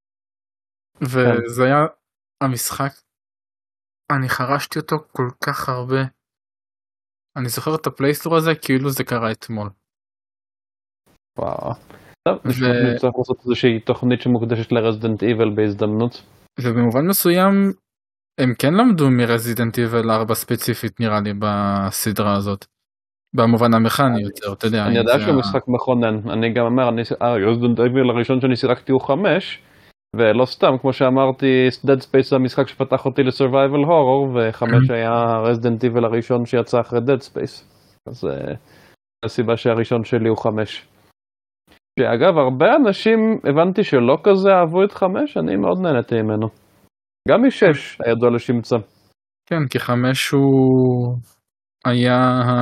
וזה היה המשחק, אני חרשתי אותו כל כך הרבה. אני זוכר את הפלייסטור הזה כאילו זה קרה אתמול. וואו. טוב, נצטרך לעשות איזושהי תוכנית שמוקדשת לרזידנט איבל בהזדמנות. ובמובן מסוים הם כן למדו מרזידנט איבל 4 ספציפית נראה לי בסדרה הזאת. במובן המכני יותר, אתה יודע. אני יודע שהוא משחק מכונן. אני גם אומר, רזידנט איבל הראשון שאני שיחקתי הוא 5, ולא סתם, כמו שאמרתי, Dead Space זה המשחק שפתח אותי ל-Survival Horror, ו5 היה Resident Evil הראשון שיצא אחרי Dead Space. אז הסיבה שהראשון שלי הוא 5. שאגב, הרבה אנשים הבנתי שלא כזה אהבו את 5, אני מאוד נהנתי ממנו. גם מ6 הידוע לשמצה. כן, כי 5 הוא היה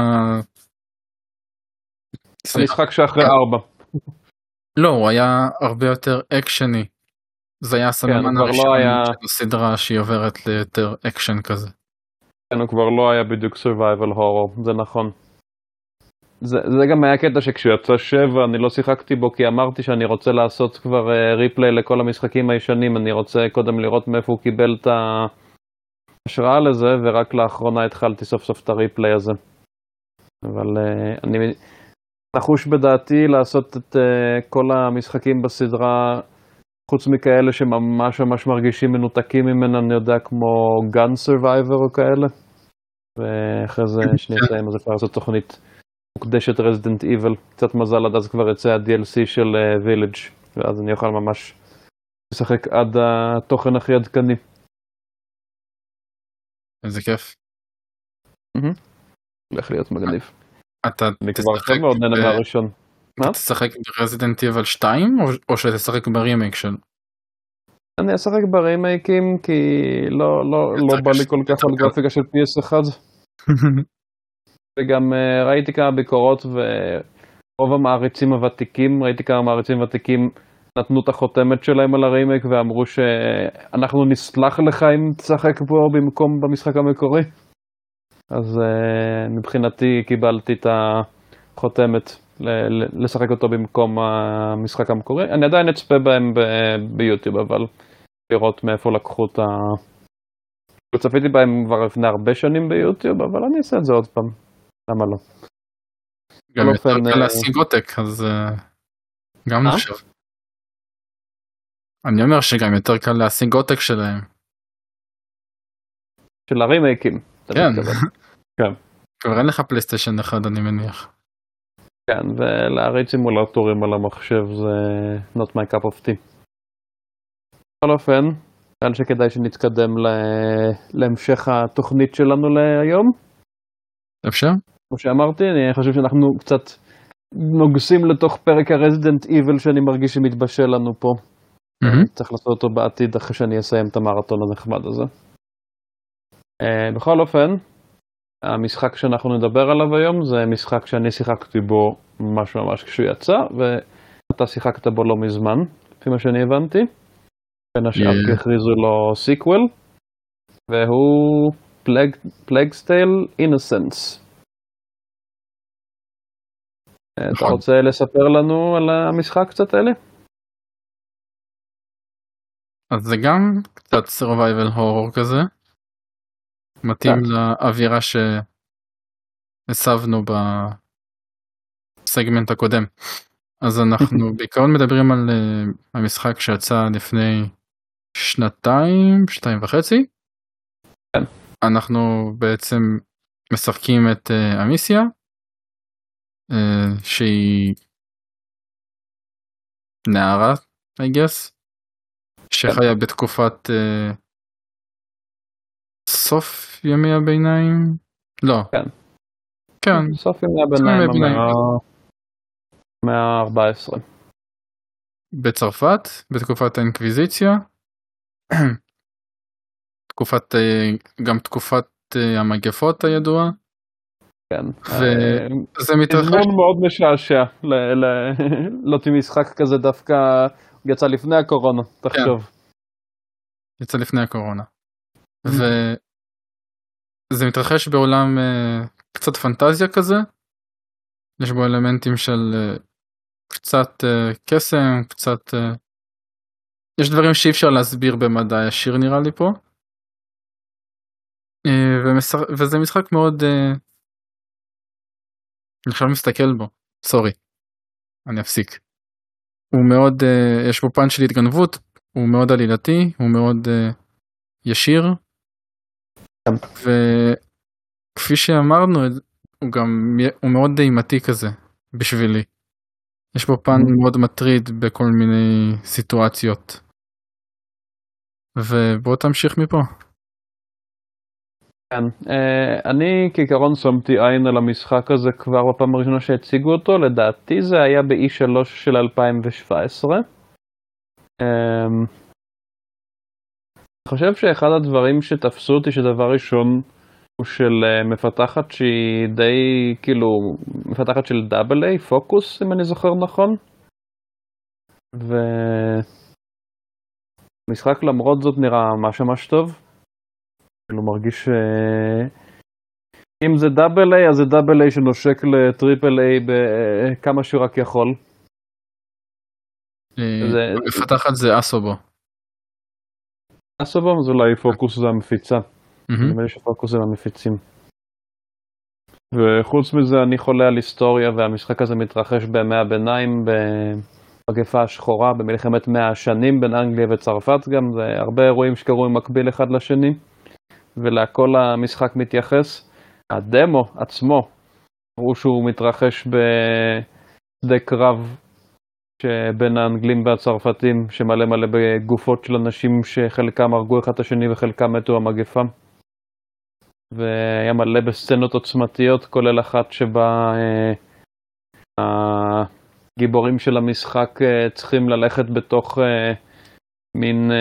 המשחק שאחרי 4. לא, הוא היה הרבה יותר אקשני. זה היה הסממן הראשון של הסדרה שהיא עוברת ליותר אקשן כזה. כן, הוא כבר לא היה בדיוק survival horror, זה נכון. זה גם היה קטע שכשהוא יצא 7 אני לא שיחקתי בו כי אמרתי שאני רוצה לעשות כבר ריפליי לכל המשחקים הישנים, אני רוצה קודם לראות מאיפה הוא קיבל את ההשראה לזה, ורק לאחרונה התחלתי סוף סוף את הריפליי הזה. אבל אני נחוש בדעתי לעשות את כל המשחקים בסדרה, חוץ מכאלה שממש ממש מרגישים מנותקים ממנה, אני יודע, כמו Gun Survivor או כאלה. ואחרי זה שנסיים, אז אפשר לעשות תוכנית מוקדשת Resident Evil. קצת מזל עד אז כבר יצא ה-DLC של Village, ואז אני אוכל ממש לשחק עד התוכן הכי עדכני. איזה כיף. הולך להיות מגניב. אני כבר עכשיו מאוד נהנה מהראשון. אתה תשחק ברזידנט איבל 2 או שתשחק ברימייק של? אני אשחק ברימייקים כי לא בא לי כל כך על גרפיקה של PS1. וגם ראיתי כמה ביקורות ורוב המעריצים הוותיקים, נתנו את החותמת שלהם על הרימייק ואמרו שאנחנו נסלח לך אם תשחק בו במקום במשחק המקורי. אז מבחינתי קיבלתי את החותמת. לשחק אותו במקום המשחק המקורי. אני עדיין אצפה בהם ביוטיוב, אבל לראות מאיפה לקחו את ה... צפיתי בהם כבר לפני הרבה שנים ביוטיוב, אבל אני אעשה את זה עוד פעם. למה לא? גם יותר קל להשיג עותק, אז גם נחשב. אני אומר שגם יותר קל להשיג עותק שלהם. של הרימייקים. כן. כבר אין לך פלייסטיישן אחד, אני מניח. כן, ולהריץ סימולטורים על המחשב זה not my cup of tea. בכל אופן, כאן שכדאי שנתקדם להמשך התוכנית שלנו להיום. אפשר? כמו שאמרתי, אני חושב שאנחנו קצת נוגסים לתוך פרק הרזידנט איבל שאני מרגיש שמתבשל לנו פה. צריך לעשות אותו בעתיד אחרי שאני אסיים את המרתון הנחמד הזה. בכל אופן, המשחק שאנחנו נדבר עליו היום זה משחק שאני שיחקתי בו ממש כשהוא יצא, ואתה שיחקת בו לא מזמן, לפי מה שאני הבנתי. בין השאר כי הכריזו לו סיקוול, והוא Plague's Tale Innocence. אתה רוצה לספר לנו על המשחק קצת, אלי? אז זה גם קצת survival horror כזה. מתאים לאווירה שהסבנו בסגמנט הקודם. אז אנחנו בעיקרון מדברים על המשחק שיצא לפני 2.5 שנתיים. כן. אנחנו בעצם משחקים את אמיסיה, שהיא נערה, I guess, שחיה בתקופת סוף ימי הביניים? לא. כן. סוף ימי הביניים. המאה ה-14. בצרפת, בתקופת האינקוויזיציה. גם תקופת המגפות הידועה. כן. וזה מתרחש. הזמן מאוד משעשע להוציא משחק כזה דווקא יצא לפני הקורונה, תחשוב. יצא לפני הקורונה. וזה מתרחש בעולם קצת פנטזיה כזה. יש בו אלמנטים של קצת קסם, קצת... יש דברים שאי אפשר להסביר במדע ישיר נראה לי פה. וזה משחק מאוד... אני עכשיו מסתכל בו. סורי. אני אפסיק. הוא מאוד... יש בו פאנץ' של התגנבות. הוא מאוד עלילתי. הוא מאוד ישיר. וכפי שאמרנו, הוא מאוד דיימתי כזה בשבילי. יש בו פן מאוד מטריד בכל מיני סיטואציות. ובוא תמשיך מפה. כן, אני כעיקרון שמתי עין על המשחק הזה כבר בפעם הראשונה שהציגו אותו, לדעתי זה היה ב-E3 של 2017. אני חושב שאחד הדברים שתפסו אותי שדבר ראשון הוא של מפתחת שהיא די כאילו מפתחת של AA, פוקוס אם אני זוכר נכון. ומשחק למרות זאת נראה ממש טוב. כאילו מרגיש אם זה AA אז זה AA שנושק ל-AAA בכמה שהוא רק יכול. מפתחת זה אסובו. אסובו זה אולי פוקוס זה המפיצה. נדמה לי שפוקוס זה המפיצים. וחוץ מזה אני חולה על היסטוריה והמשחק הזה מתרחש בימי הביניים במגפה השחורה במלחמת 100 השנים בין אנגליה וצרפת גם. זה הרבה אירועים שקרו במקביל אחד לשני. ולכל המשחק מתייחס. הדמו עצמו הוא שהוא מתרחש בשדה קרב שבין האנגלים והצרפתים שמלא בגופות של אנשים שחלקם הרגו אחד את השני וחלקם מתו המגפה. והיה מלא בסצנות עוצמתיות כולל אחת שבה הגיבורים של המשחק צריכים ללכת בתוך מין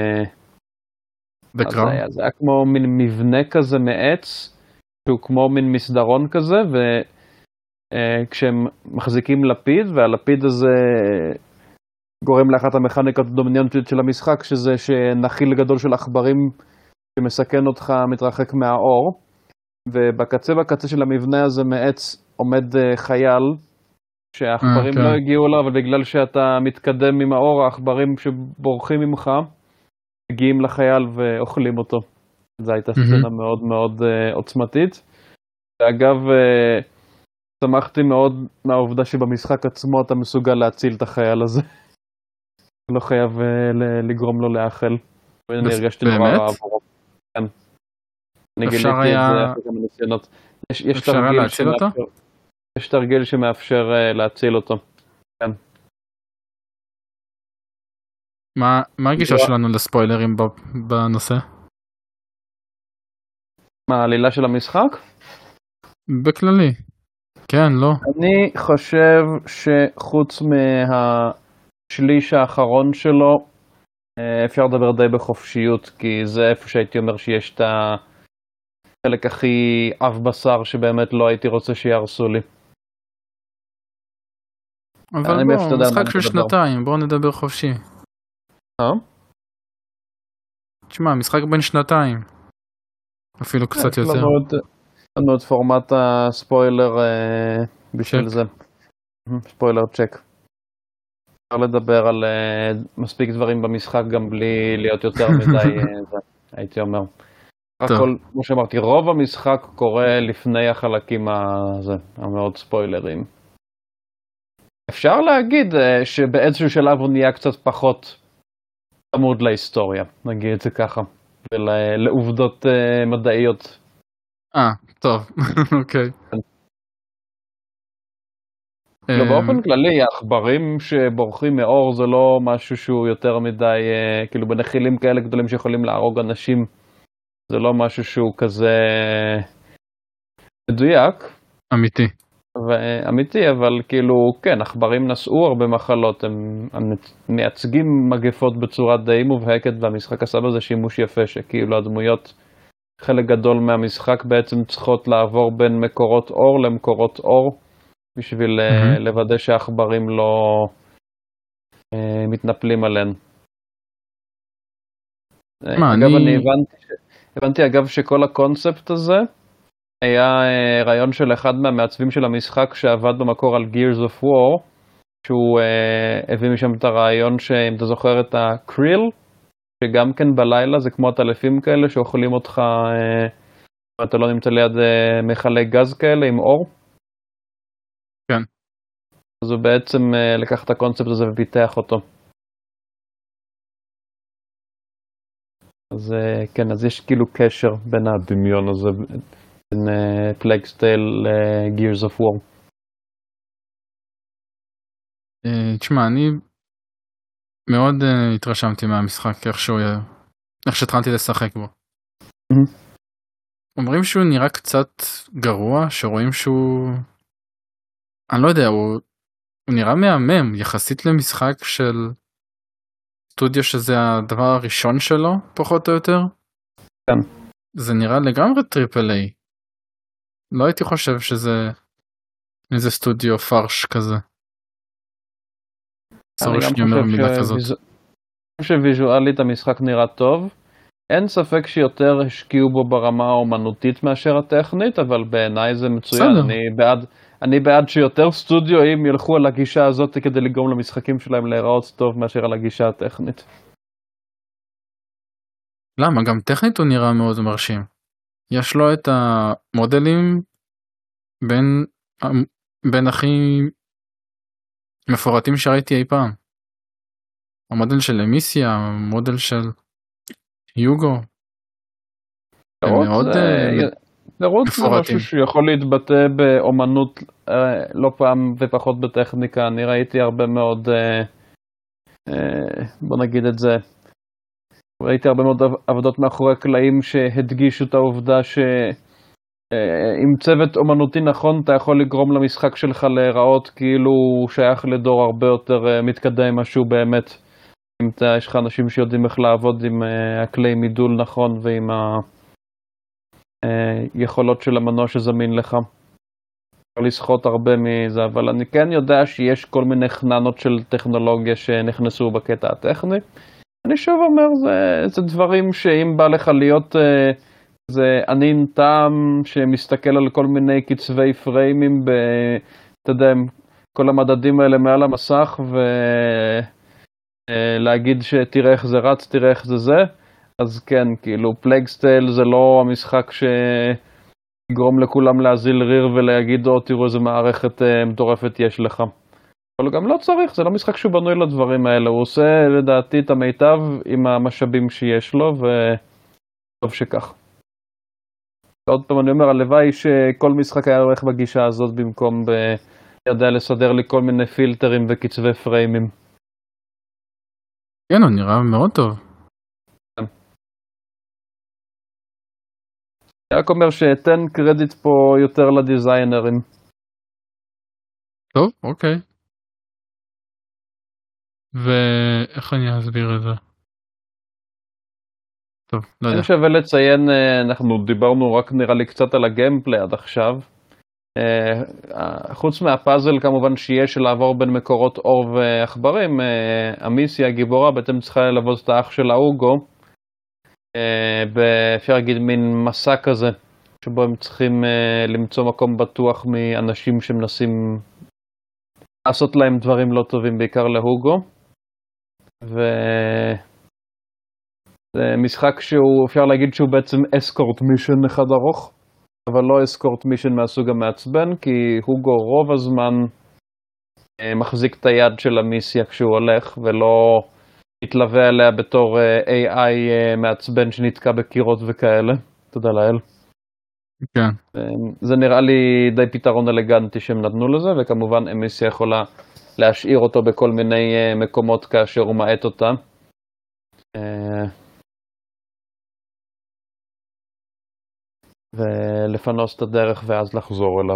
זה היה כמו מין מבנה כזה מעץ שהוא כמו מין מסדרון כזה וכשהם מחזיקים לפיד והלפיד הזה גורם לאחת המכניקות הדומיננטיות של המשחק שזה שנחיל גדול של עכברים שמסכן אותך מתרחק מהאור ובקצה של המבנה הזה מעץ עומד חייל שהעכברים כן. לא הגיעו אליו, אבל בגלל שאתה מתקדם עם האור, העכברים שבורחים ממך, מגיעים לחייל ואוכלים אותו. זו הייתה סצנה מאוד מאוד עוצמתית. ואגב, שמחתי מאוד מהעובדה שבמשחק עצמו אתה מסוגל להציל את החייל הזה. לא חייב לגרום לו לאכל. אני הרגשתי נורא רע עבורו. כן. אני גיליתי את זה אחרי כמה ניסיונות. אפשר היה להציל אותו? יש תרגיל שמאפשר להציל אותו. כן. מה הגישה שלנו לספוילרים בנושא? מה, העלילה של המשחק? בכללי. כן, לא. אני חושב שחוץ מהשליש האחרון שלו, אפשר לדבר די בחופשיות, כי זה איפה שהייתי אומר שיש את החלק הכי אב בשר שבאמת לא הייתי רוצה שיהרסו לי. אבל בוא, משחק של שנתיים, בואו נדבר חופשי. תשמע, משחק בין שנתיים. אפילו קצת יותר. לנו את פורמט הספוילר בשביל זה. ספוילר צ'ק. אפשר לדבר על מספיק דברים במשחק גם בלי להיות יותר מדי, הייתי אומר. הכל, כמו שאמרתי, רוב המשחק קורה לפני החלקים המאוד ספוילרים. אפשר להגיד שבאיזשהו שלב הוא נהיה קצת פחות עמוד להיסטוריה, נגיד את זה ככה, ולעובדות מדעיות. טוב, אוקיי. באופן כללי, העכברים שבורחים מאור זה לא משהו שהוא יותר מדי, כאילו בנחילים כאלה גדולים שיכולים להרוג אנשים, זה לא משהו שהוא כזה מדויק. אמיתי. אמיתי, אבל כאילו, כן, עכברים נשאו הרבה מחלות, הם מייצגים מגפות בצורה די מובהקת, והמשחק עשה בזה שימוש יפה, שכאילו הדמויות, חלק גדול מהמשחק בעצם צריכות לעבור בין מקורות אור למקורות אור, בשביל לוודא שהעכברים לא מתנפלים עליהן. אגב, אני הבנתי אגב שכל הקונספט הזה היה רעיון של אחד מהמעצבים של המשחק שעבד במקור על Gears of War, שהוא הביא משם את הרעיון שאם אתה זוכר את הקריל, שגם כן בלילה זה כמו הטלפים כאלה שאוכלים אותך, אתה לא נמצא ליד מחלי גז כאלה עם אור. כן. אז הוא בעצם לקח את הקונספט הזה ופיתח אותו. אז כן, אז יש כאילו קשר בין הדמיון הזה, בין Plague's Tale ל-Gears of War. תשמע, אני מאוד התרשמתי מהמשחק, איך שהתחלתי לשחק בו. אומרים שהוא נראה קצת גרוע, שרואים שהוא, אני לא יודע, הוא נראה מהמם יחסית למשחק של סטודיו שזה הדבר הראשון שלו, פחות או יותר. כן. זה נראה לגמרי טריפל איי. לא הייתי חושב שזה איזה סטודיו פרש כזה. אני גם חושב שוויזואלית המשחק נראה טוב. אין ספק שיותר השקיעו בו ברמה האומנותית מאשר הטכנית, אבל בעיניי זה מצוין. אני בעד שיותר סטודיואים ילכו על הגישה הזאת כדי לגרום למשחקים שלהם להיראות טוב מאשר על הגישה הטכנית. למה? גם טכנית הוא נראה מאוד מרשים. יש לו את המודלים בין הכי מפורטים שראיתי אי פעם. המודל של אמיסיה, המודל של יוגו. לרוץ זה משהו שיכול להתבטא באומנות לא פעם ופחות בטכניקה. אני ראיתי הרבה מאוד, בוא נגיד את זה, ראיתי הרבה מאוד עבודות מאחורי הקלעים שהדגישו את העובדה שעם צוות אומנותי נכון אתה יכול לגרום למשחק שלך להיראות כאילו הוא שייך לדור הרבה יותר מתקדם משהו באמת. אם יש לך אנשים שיודעים איך לעבוד עם הכלי מידול נכון ועם היכולות של המנוע שזמין לך. אפשר לסחוט הרבה מזה, אבל אני כן יודע שיש כל מיני חננות של טכנולוגיה שנכנסו בקטע הטכני. אני שוב אומר, זה דברים שאם בא לך להיות זה ענין טעם שמסתכל על כל מיני קצבי פריימים, אתה יודע, כל המדדים האלה מעל המסך, ולהגיד שתראה איך זה רץ, תראה איך זה, אז כן, כאילו, פלייגסטייל זה לא המשחק שיגרום לכולם להזיל ריר ולהגיד, תראו איזה מערכת מטורפת יש לך. אבל גם לא צריך, זה לא משחק שהוא בנוי לדברים האלה, הוא עושה לדעתי את המיטב עם המשאבים שיש לו, וטוב שכך. עוד פעם אני אומר, הלוואי שכל משחק היה הולך בגישה הזאת במקום יודע לסדר לי כל מיני פילטרים וקצבי פריימים. כן, הוא נראה מאוד טוב. אני רק אומר שתן קרדיט פה יותר לדיזיינרים. טוב, אוקיי. ואיך אני אסביר את זה? טוב, לא יודע. אני שווה לציין, אנחנו דיברנו רק נראה לי קצת על הגיימפליי עד עכשיו. חוץ מהפאזל כמובן שיש לעבור בין מקורות אור ועכברים, אמיסיה הגיבורה בעצם צריכה ללוות את האח של האוגו, אפשר להגיד מין מסע כזה, שבו הם צריכים למצוא מקום בטוח מאנשים שמנסים לעשות להם דברים לא טובים, בעיקר להוגו. זה משחק שהוא, אפשר להגיד שהוא בעצם אסקורט מישן אחד ארוך, אבל לא אסקורט מישן מהסוג המעצבן, כי הוגו רוב הזמן מחזיק את היד של המיסיה כשהוא הולך, ולא מתלווה עליה בתור AI מעצבן שנתקע בקירות וכאלה. תודה לאל. כן. זה נראה לי די פתרון אלגנטי שהם נתנו לזה, וכמובן אמיסיה יכולה להשאיר אותו בכל מיני מקומות כאשר הוא מעט אותה. ולפנוס את הדרך ואז לחזור אליו.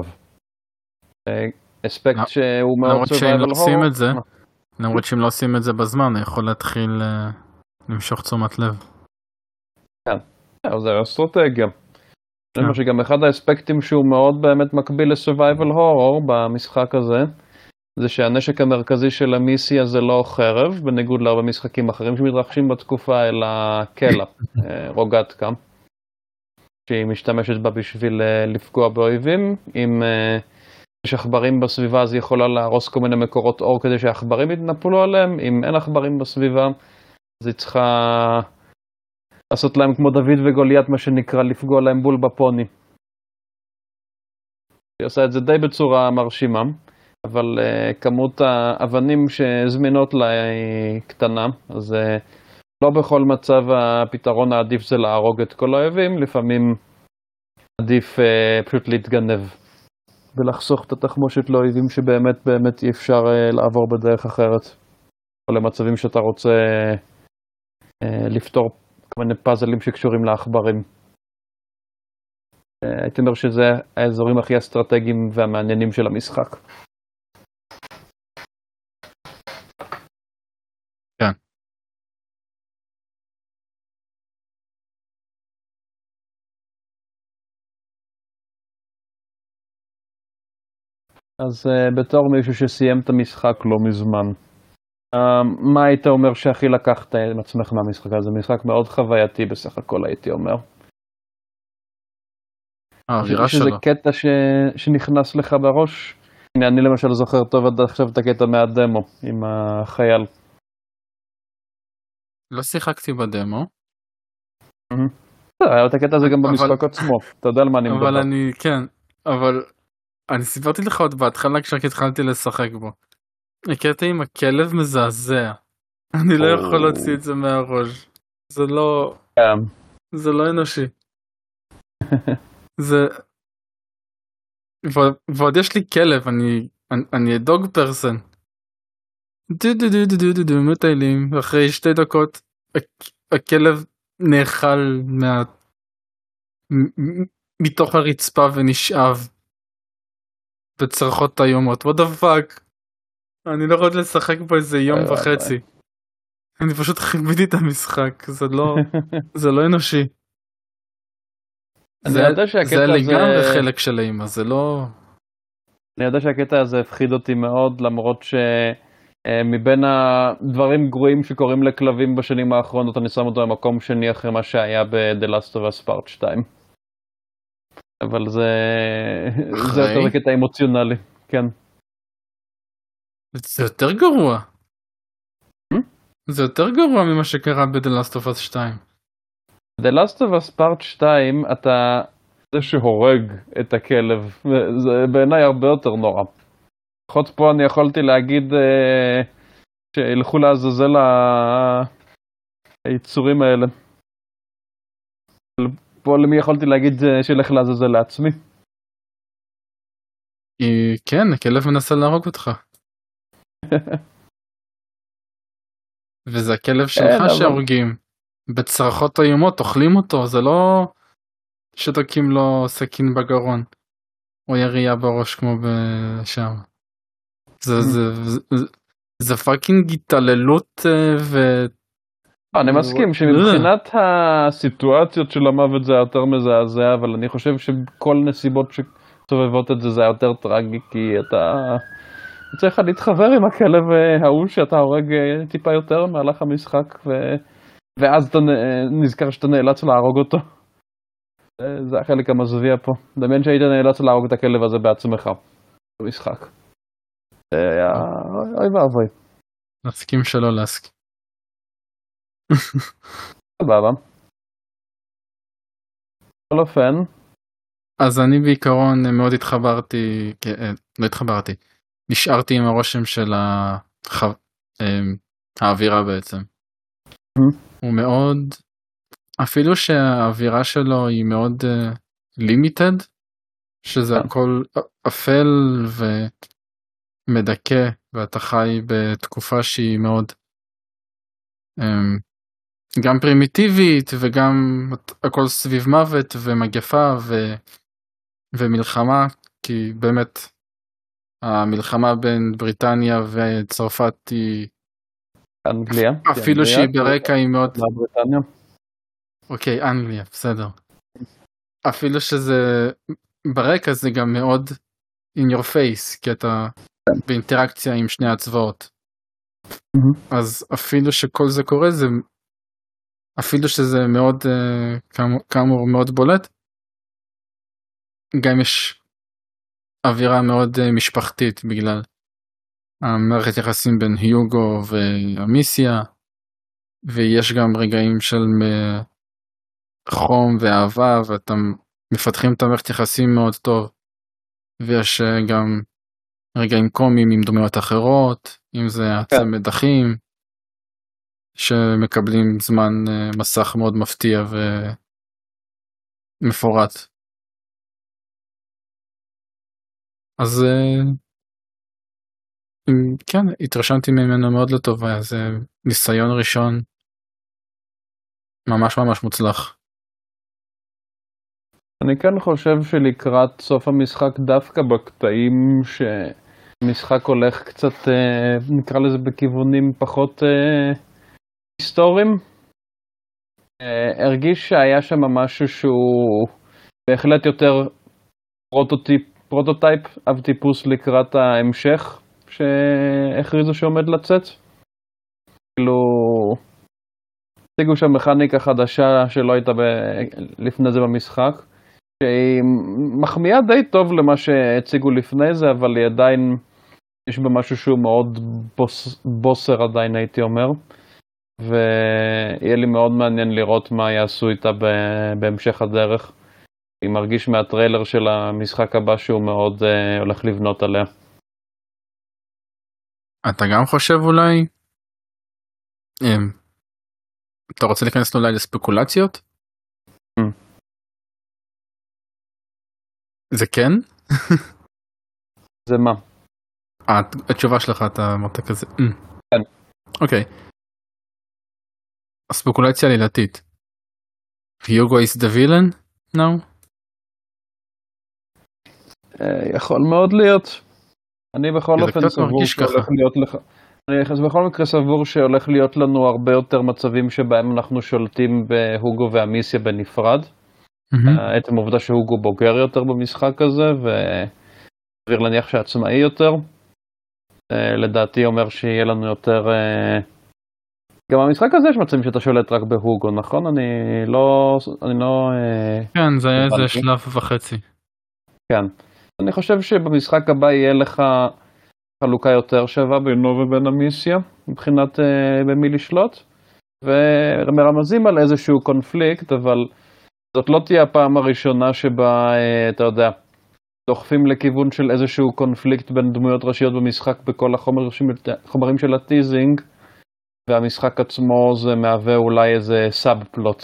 אספקט שהוא מאוד survival horror. למרות שהם לא עושים את זה בזמן, הוא יכול להתחיל למשוך תשומת לב. כן, זה אסטרטגיה. אני חושב שגם אחד האספקטים שהוא מאוד באמת מקביל ל-survival horror במשחק הזה, זה שהנשק המרכזי של המיסיה זה לא חרב, בניגוד להרבה משחקים אחרים שמתרחשים בתקופה, אלא קלע, רוגטקה. שהיא משתמשת בה בשביל לפגוע באויבים. אם יש עכברים בסביבה אז היא יכולה להרוס כל מיני מקורות אור כדי שהעכברים יתנפלו עליהם. אם אין עכברים בסביבה אז היא צריכה לעשות להם כמו דוד וגוליית, מה שנקרא, לפגוע להם בול בפוני. היא עושה את זה די בצורה מרשימה, אבל כמות האבנים שזמינות לה היא קטנה, אז לא בכל מצב הפתרון העדיף זה להרוג את כל האויבים, לפעמים עדיף פשוט להתגנב ולחסוך את התחמושת לאויבים שבאמת באמת אי אפשר לעבור בדרך אחרת, או למצבים שאתה רוצה לפתור כל מיני פאזלים שקשורים לעכברים. הייתי אומר שזה האזורים הכי אסטרטגיים והמעניינים של המשחק. כן. אז בתור מישהו שסיים את המשחק לא מזמן, מה היית אומר שהכי לקחת עם עצמך מהמשחק הזה? משחק מאוד חווייתי בסך הכל הייתי אומר. האווירה שלו. שזה קטע שנכנס לך בראש? אני למשל זוכר טוב עד עכשיו את הקטע מהדמו עם החייל. לא שיחקתי בדמו. היה את הקטע הזה גם במשחק עצמו, אתה יודע על מה אני מדבר. אבל אבל אני סיפרתי לך עוד בהתחלה כשהתחלתי לשחק בו. הקטע עם הכלב מזעזע. אני לא יכול להוציא את זה מהראש. זה לא אנושי. ועוד יש לי כלב, אני דוג פרסן. מטיילים, אחרי 2 דקות הכלב נאכל מתוך הרצפה ונשאב בצרחות איומות. what the fuck? אני לא יכול לשחק בו איזה יום וחצי. אני פשוט חיביתי את המשחק, זה לא אנושי. זה לגמרי חלק של האמא, זה לא... אני יודע שהקטע הזה הפחיד אותי מאוד, למרות שמבין הדברים גרועים שקורים לכלבים בשנים האחרונות, אני שם אותו במקום שני אחרי מה שהיה ב-The Last of Us Part 2. אבל זה יותר קטע אמוציונלי, כן. זה יותר גרוע. זה יותר גרוע ממה שקרה ב-The Last of Us 2. The Last of Us Part 2, אתה זה שהורג את הכלב, זה בעיניי הרבה יותר נורא. לפחות פה אני יכולתי להגיד שילכו לעזאזל היצורים האלה. פה למי יכולתי להגיד שילך לעזאזל לעצמי? כן, הכלב מנסה להרוג אותך. וזה הכלב שלך שהורגים. בצרחות איומות, אוכלים אותו, זה לא שתקים לו סכין בגרון. או ירייה בראש כמו בשם. זה פאקינג התעללות ו... אני מסכים שמבחינת הסיטואציות של המוות זה יותר מזעזע, אבל אני חושב שכל נסיבות שסובבות את זה זה יותר טרגי, כי אתה צריך להתחבר עם הכלב ההוא שאתה הורג טיפה יותר מהלך המשחק, ואז אתה נזכר שאתה נאלץ להרוג אותו. זה החלק המזוויע פה. דמיין שהיית נאלץ להרוג את הכלב הזה בעצמך במשחק. אוי ואבוי. נסכים שלא להסכים. סבבה. בכל אופן. אז אני בעיקרון מאוד התחברתי, לא התחברתי, נשארתי עם הרושם של האווירה בעצם. הוא מאוד, אפילו שהאווירה שלו היא מאוד לימיטד, שזה הכל אפל ומדכא, ואתה חי בתקופה שהיא מאוד גם פרימיטיבית, וגם הכל סביב מוות ומגפה ומלחמה, כי באמת המלחמה בין בריטניה וצרפת היא אנגליה. אפילו שהיא ברקע היא מאוד... בריטניה. אוקיי, אנגליה, בסדר. אפילו שזה ברקע זה גם מאוד in your face, כי אתה באינטראקציה עם שני הצבאות. אז אפילו שכל זה קורה, זה אפילו שזה מאוד, כאמור מאוד בולט, גם יש אווירה מאוד משפחתית בגלל המערכת יחסים בין היוגו ואמיסיה, ויש גם רגעים של חום ואהבה, ואתם מפתחים את המערכת יחסים מאוד טוב, ויש גם רגעים קומיים עם דמויות אחרות, אם זה הצמד אחים, שמקבלים זמן מסך מאוד מפתיע ומפורט. אז כן, התרשמתי ממנו מאוד לטובה, זה ניסיון ראשון ממש ממש מוצלח. אני כן חושב שלקראת סוף המשחק, דווקא בקטעים שהמשחק הולך קצת, נקרא לזה בכיוונים פחות היסטוריים, הרגיש שהיה שם משהו שהוא בהחלט יותר פרוטוטייפ אב טיפוס לקראת ההמשך שהכריזו שעומד לצאת. כאילו הציגו שם מכניקה חדשה שלא הייתה לפני זה במשחק, שהיא מחמיאה די טוב למה שהציגו לפני זה, אבל היא עדיין, יש בה משהו שהוא מאוד בוסר עדיין, הייתי אומר, ויהיה לי מאוד מעניין לראות מה יעשו איתה בהמשך הדרך. אני מרגיש מהטריילר של המשחק הבא שהוא מאוד הולך לבנות עליה. אתה גם חושב אולי, אתה רוצה להיכנס אולי לספקולציות? זה כן? זה מה? התשובה שלך, אתה אמרת כזה. כן. אוקיי. הספקולציה לילתית. היוגו is the villain now? יכול מאוד להיות. אני בכל אופן סבור שהולך להיות לך... אני בכל מקרה סבור שהולך להיות לנו הרבה יותר מצבים שבהם אנחנו שולטים בהוגו והמיסיה בנפרד. עצם העובדה שהוגו בוגר יותר במשחק הזה, וסביר להניח שעצמאי יותר. לדעתי אומר שיהיה לנו יותר... גם במשחק הזה יש מצבים שאתה שולט רק בהוגו, נכון? אני לא... כן, זה היה איזה שלב וחצי. כן. אני חושב שבמשחק הבא יהיה לך חלוקה יותר שווה בינו ובין המיסיה, מבחינת במי לשלוט, ומרמזים על איזשהו קונפליקט, אבל זאת לא תהיה הפעם הראשונה שבה, אתה יודע, דוחפים לכיוון של איזשהו קונפליקט בין דמויות ראשיות במשחק בכל החומרים של הטיזינג, והמשחק עצמו זה מהווה אולי איזה סאב פלוט.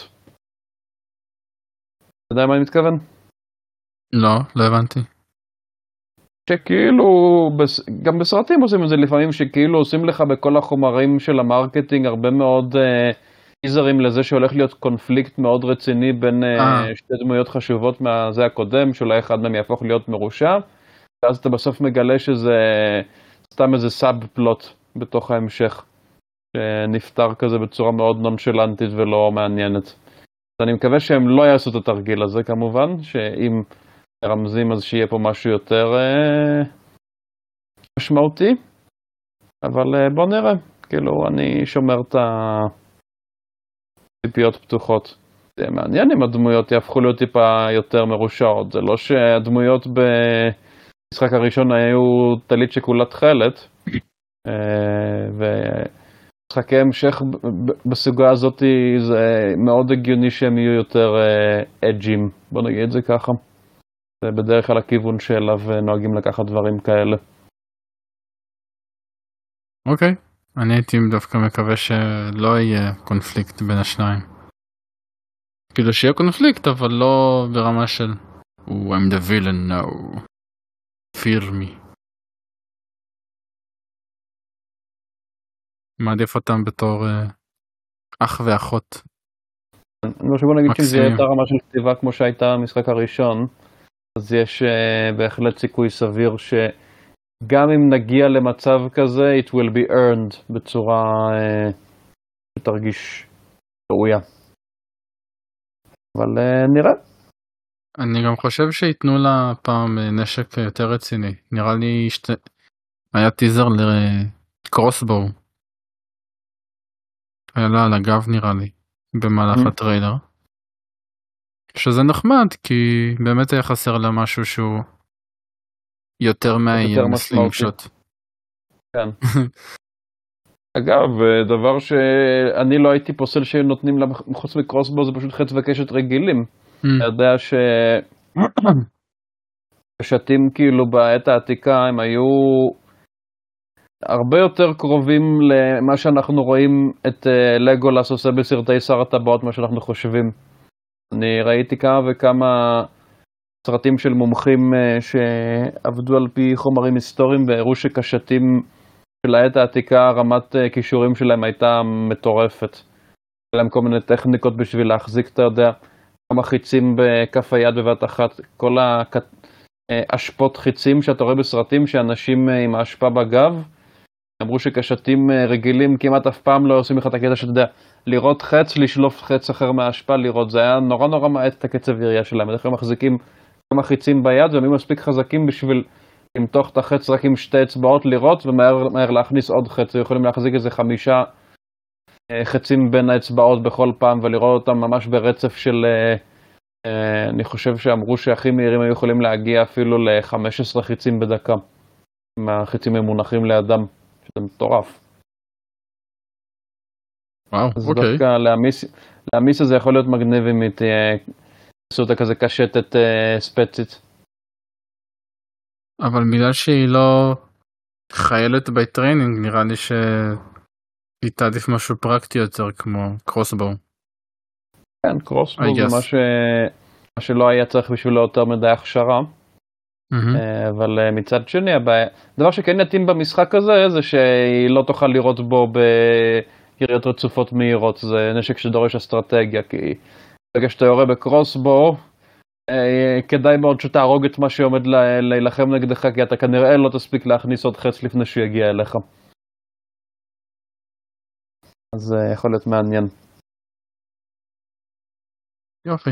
אתה יודע מה אני מתכוון? לא הבנתי. שכאילו, גם בסרטים עושים את זה לפעמים, שכאילו עושים לך בכל החומרים של המרקטינג הרבה מאוד טיזרים לזה שהולך להיות קונפליקט מאוד רציני בין שתי דמויות חשובות מהזה הקודם, שאולי אחד מהם יהפוך להיות מרושע, ואז אתה בסוף מגלה שזה סתם איזה סאב פלוט בתוך ההמשך, שנפטר כזה בצורה מאוד נונשלנטית ולא מעניינת. אז אני מקווה שהם לא יעשו את התרגיל הזה כמובן, שאם רמזים אז שיהיה פה משהו יותר משמעותי, אבל בוא נראה, כאילו אני שומר את הציפיות פתוחות. זה מעניין אם הדמויות יהפכו להיות טיפה יותר מרושעות, זה לא שהדמויות במשחק הראשון היו טלית שכולה תכלת, ומשחקי המשך בסוגה הזאת זה מאוד הגיוני שהם יהיו יותר אג'ים, בוא נגיד את זה ככה. זה בדרך כלל הכיוון שאליו נוהגים לקחת דברים כאלה. אוקיי, אני הייתי דווקא מקווה שלא יהיה קונפליקט בין השניים. כאילו שיהיה קונפליקט, אבל לא ברמה של I'm the villain now. fear me. מעדיף אותם בתור אח ואחות. אני חושב בוא נגיד שזה יהיה יותר רמה של כתיבה כמו שהייתה המשחק הראשון, אז יש בהחלט סיכוי סביר שגם אם נגיע למצב כזה, it will be earned בצורה שתרגיש ראויה. אבל נראה. אני גם חושב שיתנו לה פעם נשק יותר רציני. נראה לי היה טיזר לקרוסבו. היה לה על הגב נראה לי, במהלך הטריילר. שזה נחמד, כי באמת היה חסר לה משהו שהוא יותר מהסלינג שוט. כן. אגב, דבר שאני לא הייתי פוסל שנותנים לה מחוץ מקרוסבו, זה פשוט חץ וקשת רגילים. אתה יודע ששתים כאילו בעת העתיקה הם היו הרבה יותר קרובים למה שאנחנו רואים את לגולס עושה בסרטי שר הטבעות, מה שאנחנו חושבים. אני ראיתי כמה וכמה סרטים של מומחים שעבדו על פי חומרים היסטוריים והראו שקשתים של העת העתיקה, רמת כישורים שלהם הייתה מטורפת. היה להם כל מיני טכניקות בשביל להחזיק, אתה יודע, כמה חיצים בכף היד בבת אחת. כל השפות חיצים שאתה רואה בסרטים שאנשים עם ההשפעה בגב, אמרו שקשתים רגילים כמעט אף פעם לא עושים לך את הקטע שאתה יודע, לראות חץ, לשלוף חץ אחר מההשפעה, לראות. זה היה נורא נורא מעט את הקצב ירייה שלהם. בדרך כלל מחזיקים כמה חיצים ביד, והם מספיק חזקים בשביל למתוח את החץ רק עם שתי אצבעות לראות, ומהר להכניס עוד חץ. יכולים להחזיק איזה 5 חצים בין האצבעות בכל פעם, ולראות אותם ממש ברצף של, אני חושב שאמרו שהכי מהירים היו יכולים להגיע אפילו ל-15 חיצים בדקה, מהחיצים ממונחים לאדם, שזה מטורף. וואו, אז אוקיי. דווקא להמיס הזה יכול להיות מגניב אם תעשו אותה כזה קשטת ספצית. אבל בגלל שהיא לא חיילת בטריינינג, נראה לי שהיא תעדיף משהו פרקטי יותר כמו קרוסבו. כן, קרוסבו זה מה שלא היה צריך בשבילו יותר מדי הכשרה. אבל מצד שני, דבר שכן יתאים במשחק הזה זה שהיא לא תוכל לראות בו ביריות רצופות מהירות. זה נשק שדורש אסטרטגיה, כי ברגע שאתה יורה בקרוסבו, כדאי מאוד שתהרוג את מה שעומד להילחם נגדך, כי אתה כנראה לא תספיק להכניס עוד חץ לפני שהוא יגיע אליך. אז זה יכול להיות מעניין. יופי.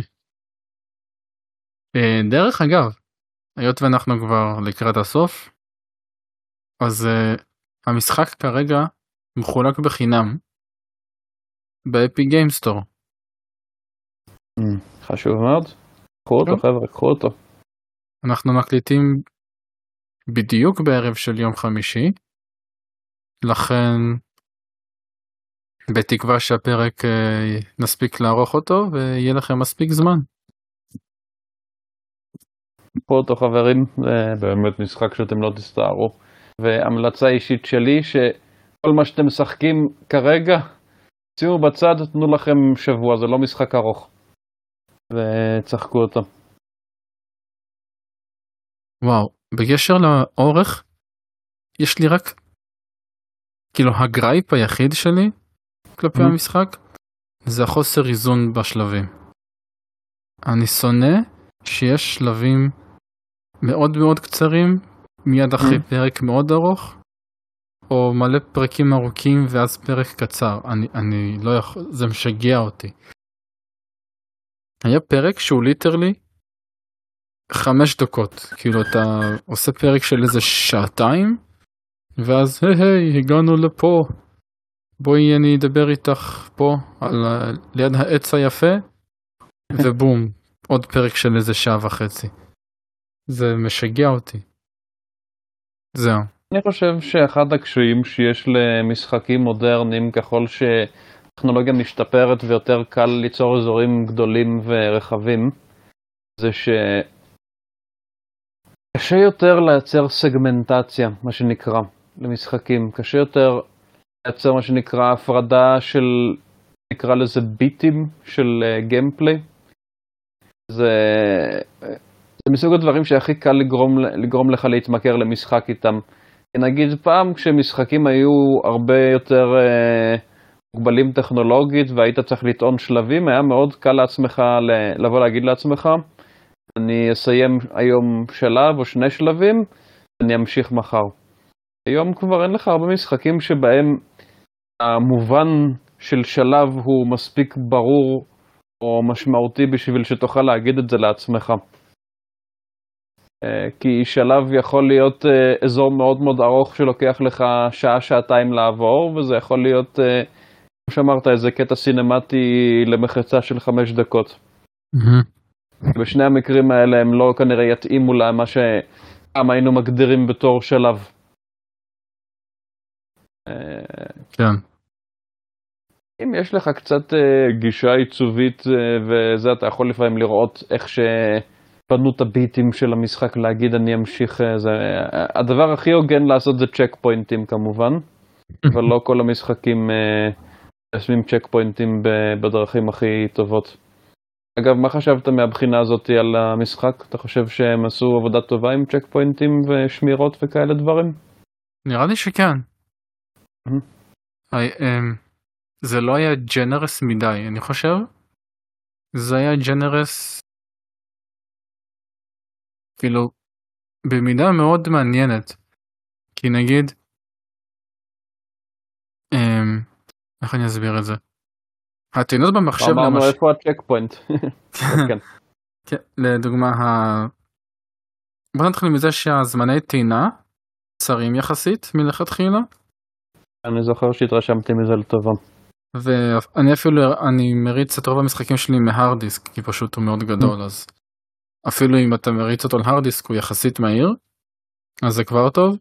דרך אגב, היות ואנחנו כבר לקראת הסוף, אז המשחק כרגע מחולק בחינם באפי גיימסטור. חשוב מאוד. קחו אותו חבר'ה, קחו אותו. אנחנו מקליטים בדיוק בערב של יום חמישי, לכן בתקווה שהפרק נספיק לערוך אותו ויהיה לכם מספיק זמן. פה אותו חברים, באמת משחק שאתם לא תסתערו, והמלצה אישית שלי שכל מה שאתם משחקים כרגע, שימו בצד, תנו לכם שבוע, זה לא משחק ארוך, וצחקו אותו. וואו, בקשר לאורך, יש לי רק, כאילו הגרייפ היחיד שלי כלפי המשחק, זה החוסר איזון בשלבים. אני שונא שיש שלבים מאוד מאוד קצרים, מיד אחרי פרק מאוד ארוך, או מלא פרקים ארוכים ואז פרק קצר. אני לא יכול, זה משגע אותי. היה פרק שהוא ליטרלי 5 דקות, כאילו אתה עושה פרק של איזה שעתיים, ואז היי, הגענו לפה, בואי אני אדבר איתך פה, ליד העץ היפה, ובום, עוד פרק של איזה שעה וחצי. זה משגע אותי. זהו. אני חושב שאחד הקשיים שיש למשחקים מודרניים, ככל שהטכנולוגיה משתפרת ויותר קל ליצור אזורים גדולים ורחבים, זה קשה יותר לייצר סגמנטציה, מה שנקרא, למשחקים. קשה יותר לייצר מה שנקרא הפרדה של, נקרא לזה ביטים של גיימפליי. זה מסוג הדברים שהכי קל לגרום לך להתמכר למשחק איתם. נגיד פעם כשמשחקים היו הרבה יותר מוגבלים טכנולוגית והיית צריך לטעון שלבים, היה מאוד קל לעצמך לבוא להגיד לעצמך, אני אסיים היום שלב או 2 שלבים, אני אמשיך מחר. היום כבר אין לך הרבה משחקים שבהם המובן של שלב הוא מספיק ברור או משמעותי בשביל שתוכל להגיד את זה לעצמך. כי שלב יכול להיות אזור מאוד מאוד ארוך שלוקח לך שעה-שעתיים לעבור, וזה יכול להיות, כמו שאמרת, איזה קטע סינמטי למחצה של 5 דקות. בשני המקרים האלה הם לא כנראה יתאימו למה שפעם היינו מגדירים בתור שלב. כן. אם יש לך קצת גישה עיצובית וזה, אתה יכול לפעמים לראות איך פנו את הביטים של המשחק להגיד אני אמשיך. זה הדבר הכי הוגן לעשות זה צ'ק פוינטים כמובן, אבל לא כל המשחקים ישמים צ'ק פוינטים בדרכים הכי טובות. אגב, מה חשבת מהבחינה הזאת על המשחק? אתה חושב שהם עשו עבודה טובה עם צ'ק פוינטים ושמירות וכאלה דברים? נראה לי שכן. זה לא היה ג'נרס מדי, אני חושב. זה היה ג'נרס כאילו במידה מאוד מעניינת, כי נגיד איך אני אסביר את זה? הטעינות במחשב אמרנו איפה הצ'ק פוינט. לדוגמה, בוא נתחיל מזה שהזמני טעינה קצרים יחסית מלכתחילה. אני זוכר שהתרשמתי מזה לטובה. ואני אפילו מריץ את רוב המשחקים שלי מהארד דיסק, כי פשוט הוא מאוד גדול, אז אפילו אם אתה מריץ אותו על הארד דיסק הוא יחסית מהיר, אז זה כבר טוב.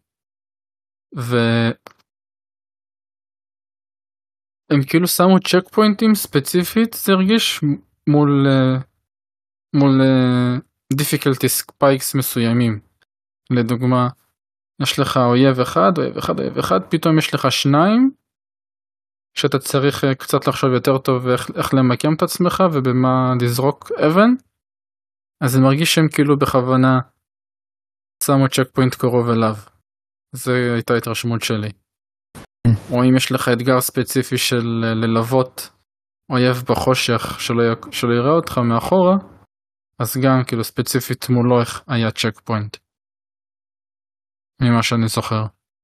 הם כאילו שמו צ'ק פוינטים ספציפית, זה הרגיש מול difficulty spikes מסוימים. לדוגמה, יש לך אויב אחד, פתאום יש לך 2, שאתה צריך קצת לחשוב יותר טוב איך למקם את עצמך ובמה לזרוק אבן, אז זה מרגיש שהם כאילו בכוונה שמו צ'ק פוינט קרוב אליו. זה הייתה התרשמות שלי. או אם יש לך אתגר ספציפי של ללוות אויב בחושך שלא יראה אותך מאחורה, אז גם כאילו ספציפית מולו היה צ'ק פוינט. ממה שאני זוכר.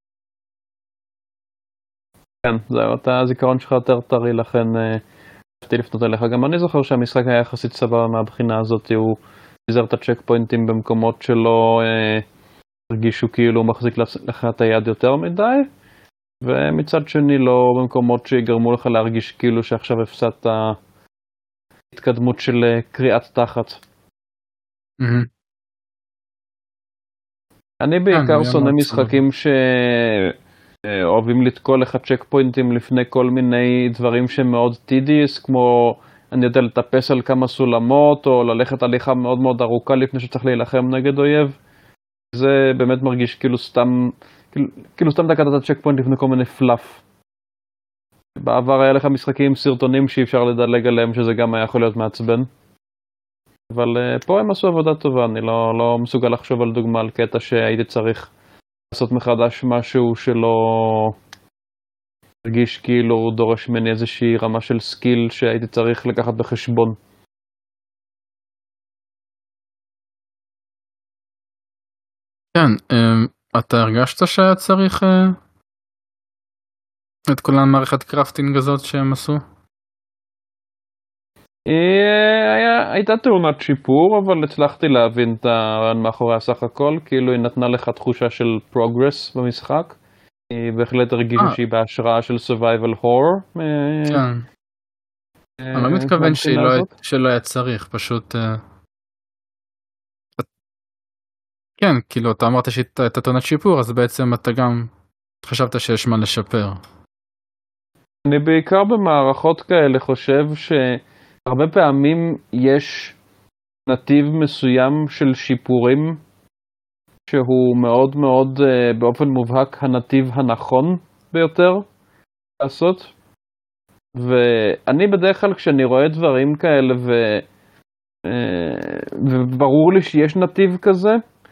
כן, זהו, הזיכרון שלך יותר טרי, לכן רציתי לפנות אליך. גם אני זוכר שהמשחק היה יחסית סבבה מהבחינה הזאת, הוא פיזר את הצ'ק פוינטים במקומות שלא הרגישו כאילו הוא מחזיק לך את היד יותר מדי, ומצד שני לא במקומות שיגרמו לך להרגיש כאילו שעכשיו הפסדת התקדמות של קריאת תחת. אני בעיקר שונא משחקים שאוהבים לתקול לך צ'ק פוינטים לפני כל מיני דברים שמאוד tedious, כמו אני יודע לטפס על כמה סולמות או ללכת הליכה מאוד מאוד ארוכה לפני שצריך להילחם נגד אויב. זה באמת מרגיש כאילו סתם דקת את הצ'ק פוינט לפני כל מיני פלאף. בעבר היה לך משחקים עם סרטונים שאי אפשר לדלג עליהם, שזה גם היה יכול להיות מעצבן. אבל פה הם עשו עבודה טובה, אני לא מסוגל לחשוב על דוגמה על קטע שהייתי צריך לעשות מחדש משהו שלא הרגיש כאילו הוא דורש ממני איזושהי רמה של סקיל שהייתי צריך לקחת בחשבון. כן, אתה הרגשת שהיה צריך את כל המערכת קרפטינג הזאת שהם עשו? הייתה תאונת שיפור, אבל הצלחתי להבין את הרעיון מאחורי הסך הכל, כאילו היא נתנה לך תחושה של פרוגרס במשחק. היא בהחלט הרגישה שהיא בהשראה של survival horror. כן. אני לא מתכוון שלא היה צריך, פשוט... כן, כאילו אתה אמרת שהייתה תאונת שיפור, אז בעצם אתה גם חשבת שיש מה לשפר. אני בעיקר במערכות כאלה חושב שהרבה פעמים יש נתיב מסוים של שיפורים שהוא מאוד מאוד באופן מובהק הנתיב הנכון ביותר לעשות. ואני בדרך כלל כשאני רואה דברים כאלה וברור לי שיש נתיב כזה,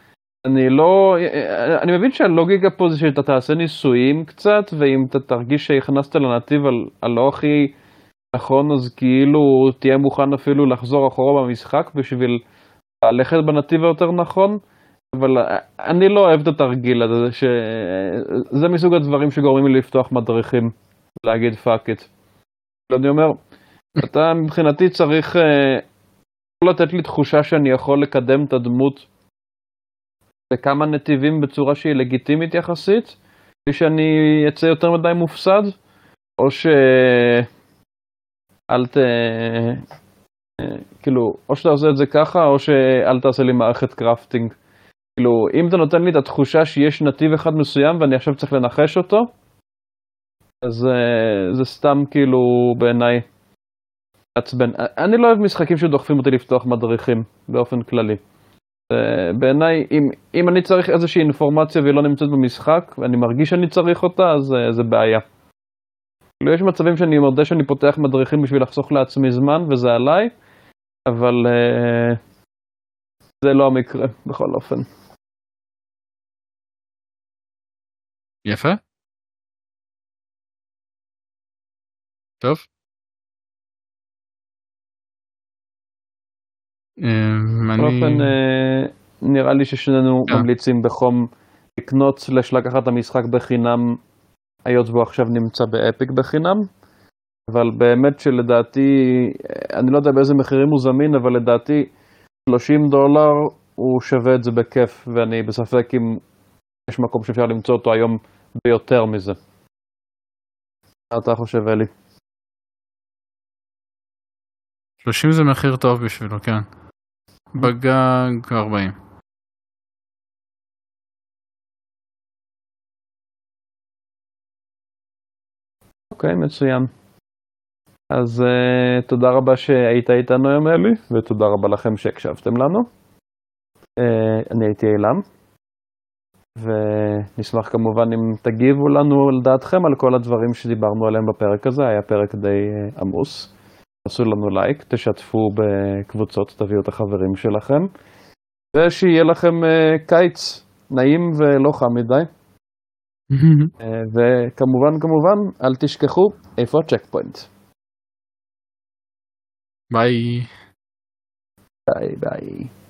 אני מבין שהלוגיקה פה זה שאתה תעשה ניסויים קצת, ואם אתה תרגיש שהכנסת לנתיב על לא הכי נכון, אז כאילו תהיה מוכן אפילו לחזור אחורה במשחק בשביל ללכת בנתיב היותר נכון. אבל אני לא אוהב את התרגיל הזה, שזה מסוג הדברים שגורמים לי לפתוח מדריכים, להגיד פאק איט. אני אומר, אתה מבחינתי צריך לתת לי תחושה שאני יכול לקדם את הדמות בכמה נתיבים בצורה שהיא לגיטימית יחסית, בלי שאני אצא יותר מדי מופסד, או או שאתה עושה את זה ככה, או שאל תעשה לי מערכת קרפטינג. כאילו, אם אתה נותן לי את התחושה שיש נתיב אחד מסוים ואני עכשיו צריך לנחש אותו, אז זה סתם כאילו בעיניי עצבן. אני לא אוהב משחקים שדוחפים אותי לפתוח מדריכים באופן כללי. בעיניי, אם אני צריך איזושהי אינפורמציה והיא לא נמצאת במשחק, ואני מרגיש שאני צריך אותה, אז זה בעיה. יש מצבים שאני מודה שאני פותח מדריכים בשביל לחסוך לעצמי זמן, וזה עליי, אבל זה לא המקרה, בכל אופן. יפה. טוב. בכל אופן, נראה לי ששנינו ממליצים בחום לקנות לקחת את המשחק בחינם, היות בו עכשיו נמצא באפיק בחינם, אבל באמת שלדעתי, אני לא יודע באיזה מחירים הוא זמין, אבל לדעתי $30 הוא שווה את זה בכיף, ואני בספק אם יש מקום שאפשר למצוא אותו היום ביותר מזה. מה אתה חושב, אלי? 30 זה מחיר טוב בשבילו, כן. בגג 40. אוקיי, מצוין. אז תודה רבה שהיית איתנו היום, אלי, ותודה רבה לכם שהקשבתם לנו. אני הייתי אילם, ונשמח כמובן אם תגיבו לנו על דעתכם על כל הדברים שדיברנו עליהם בפרק הזה. היה פרק די עמוס. עשו לנו לייק, תשתפו בקבוצות, תביאו את החברים שלכם, ושיהיה לכם קיץ נעים ולא חם מדי. וכמובן, אל תשכחו איפה הצ'ק פוינט. ביי. ביי ביי.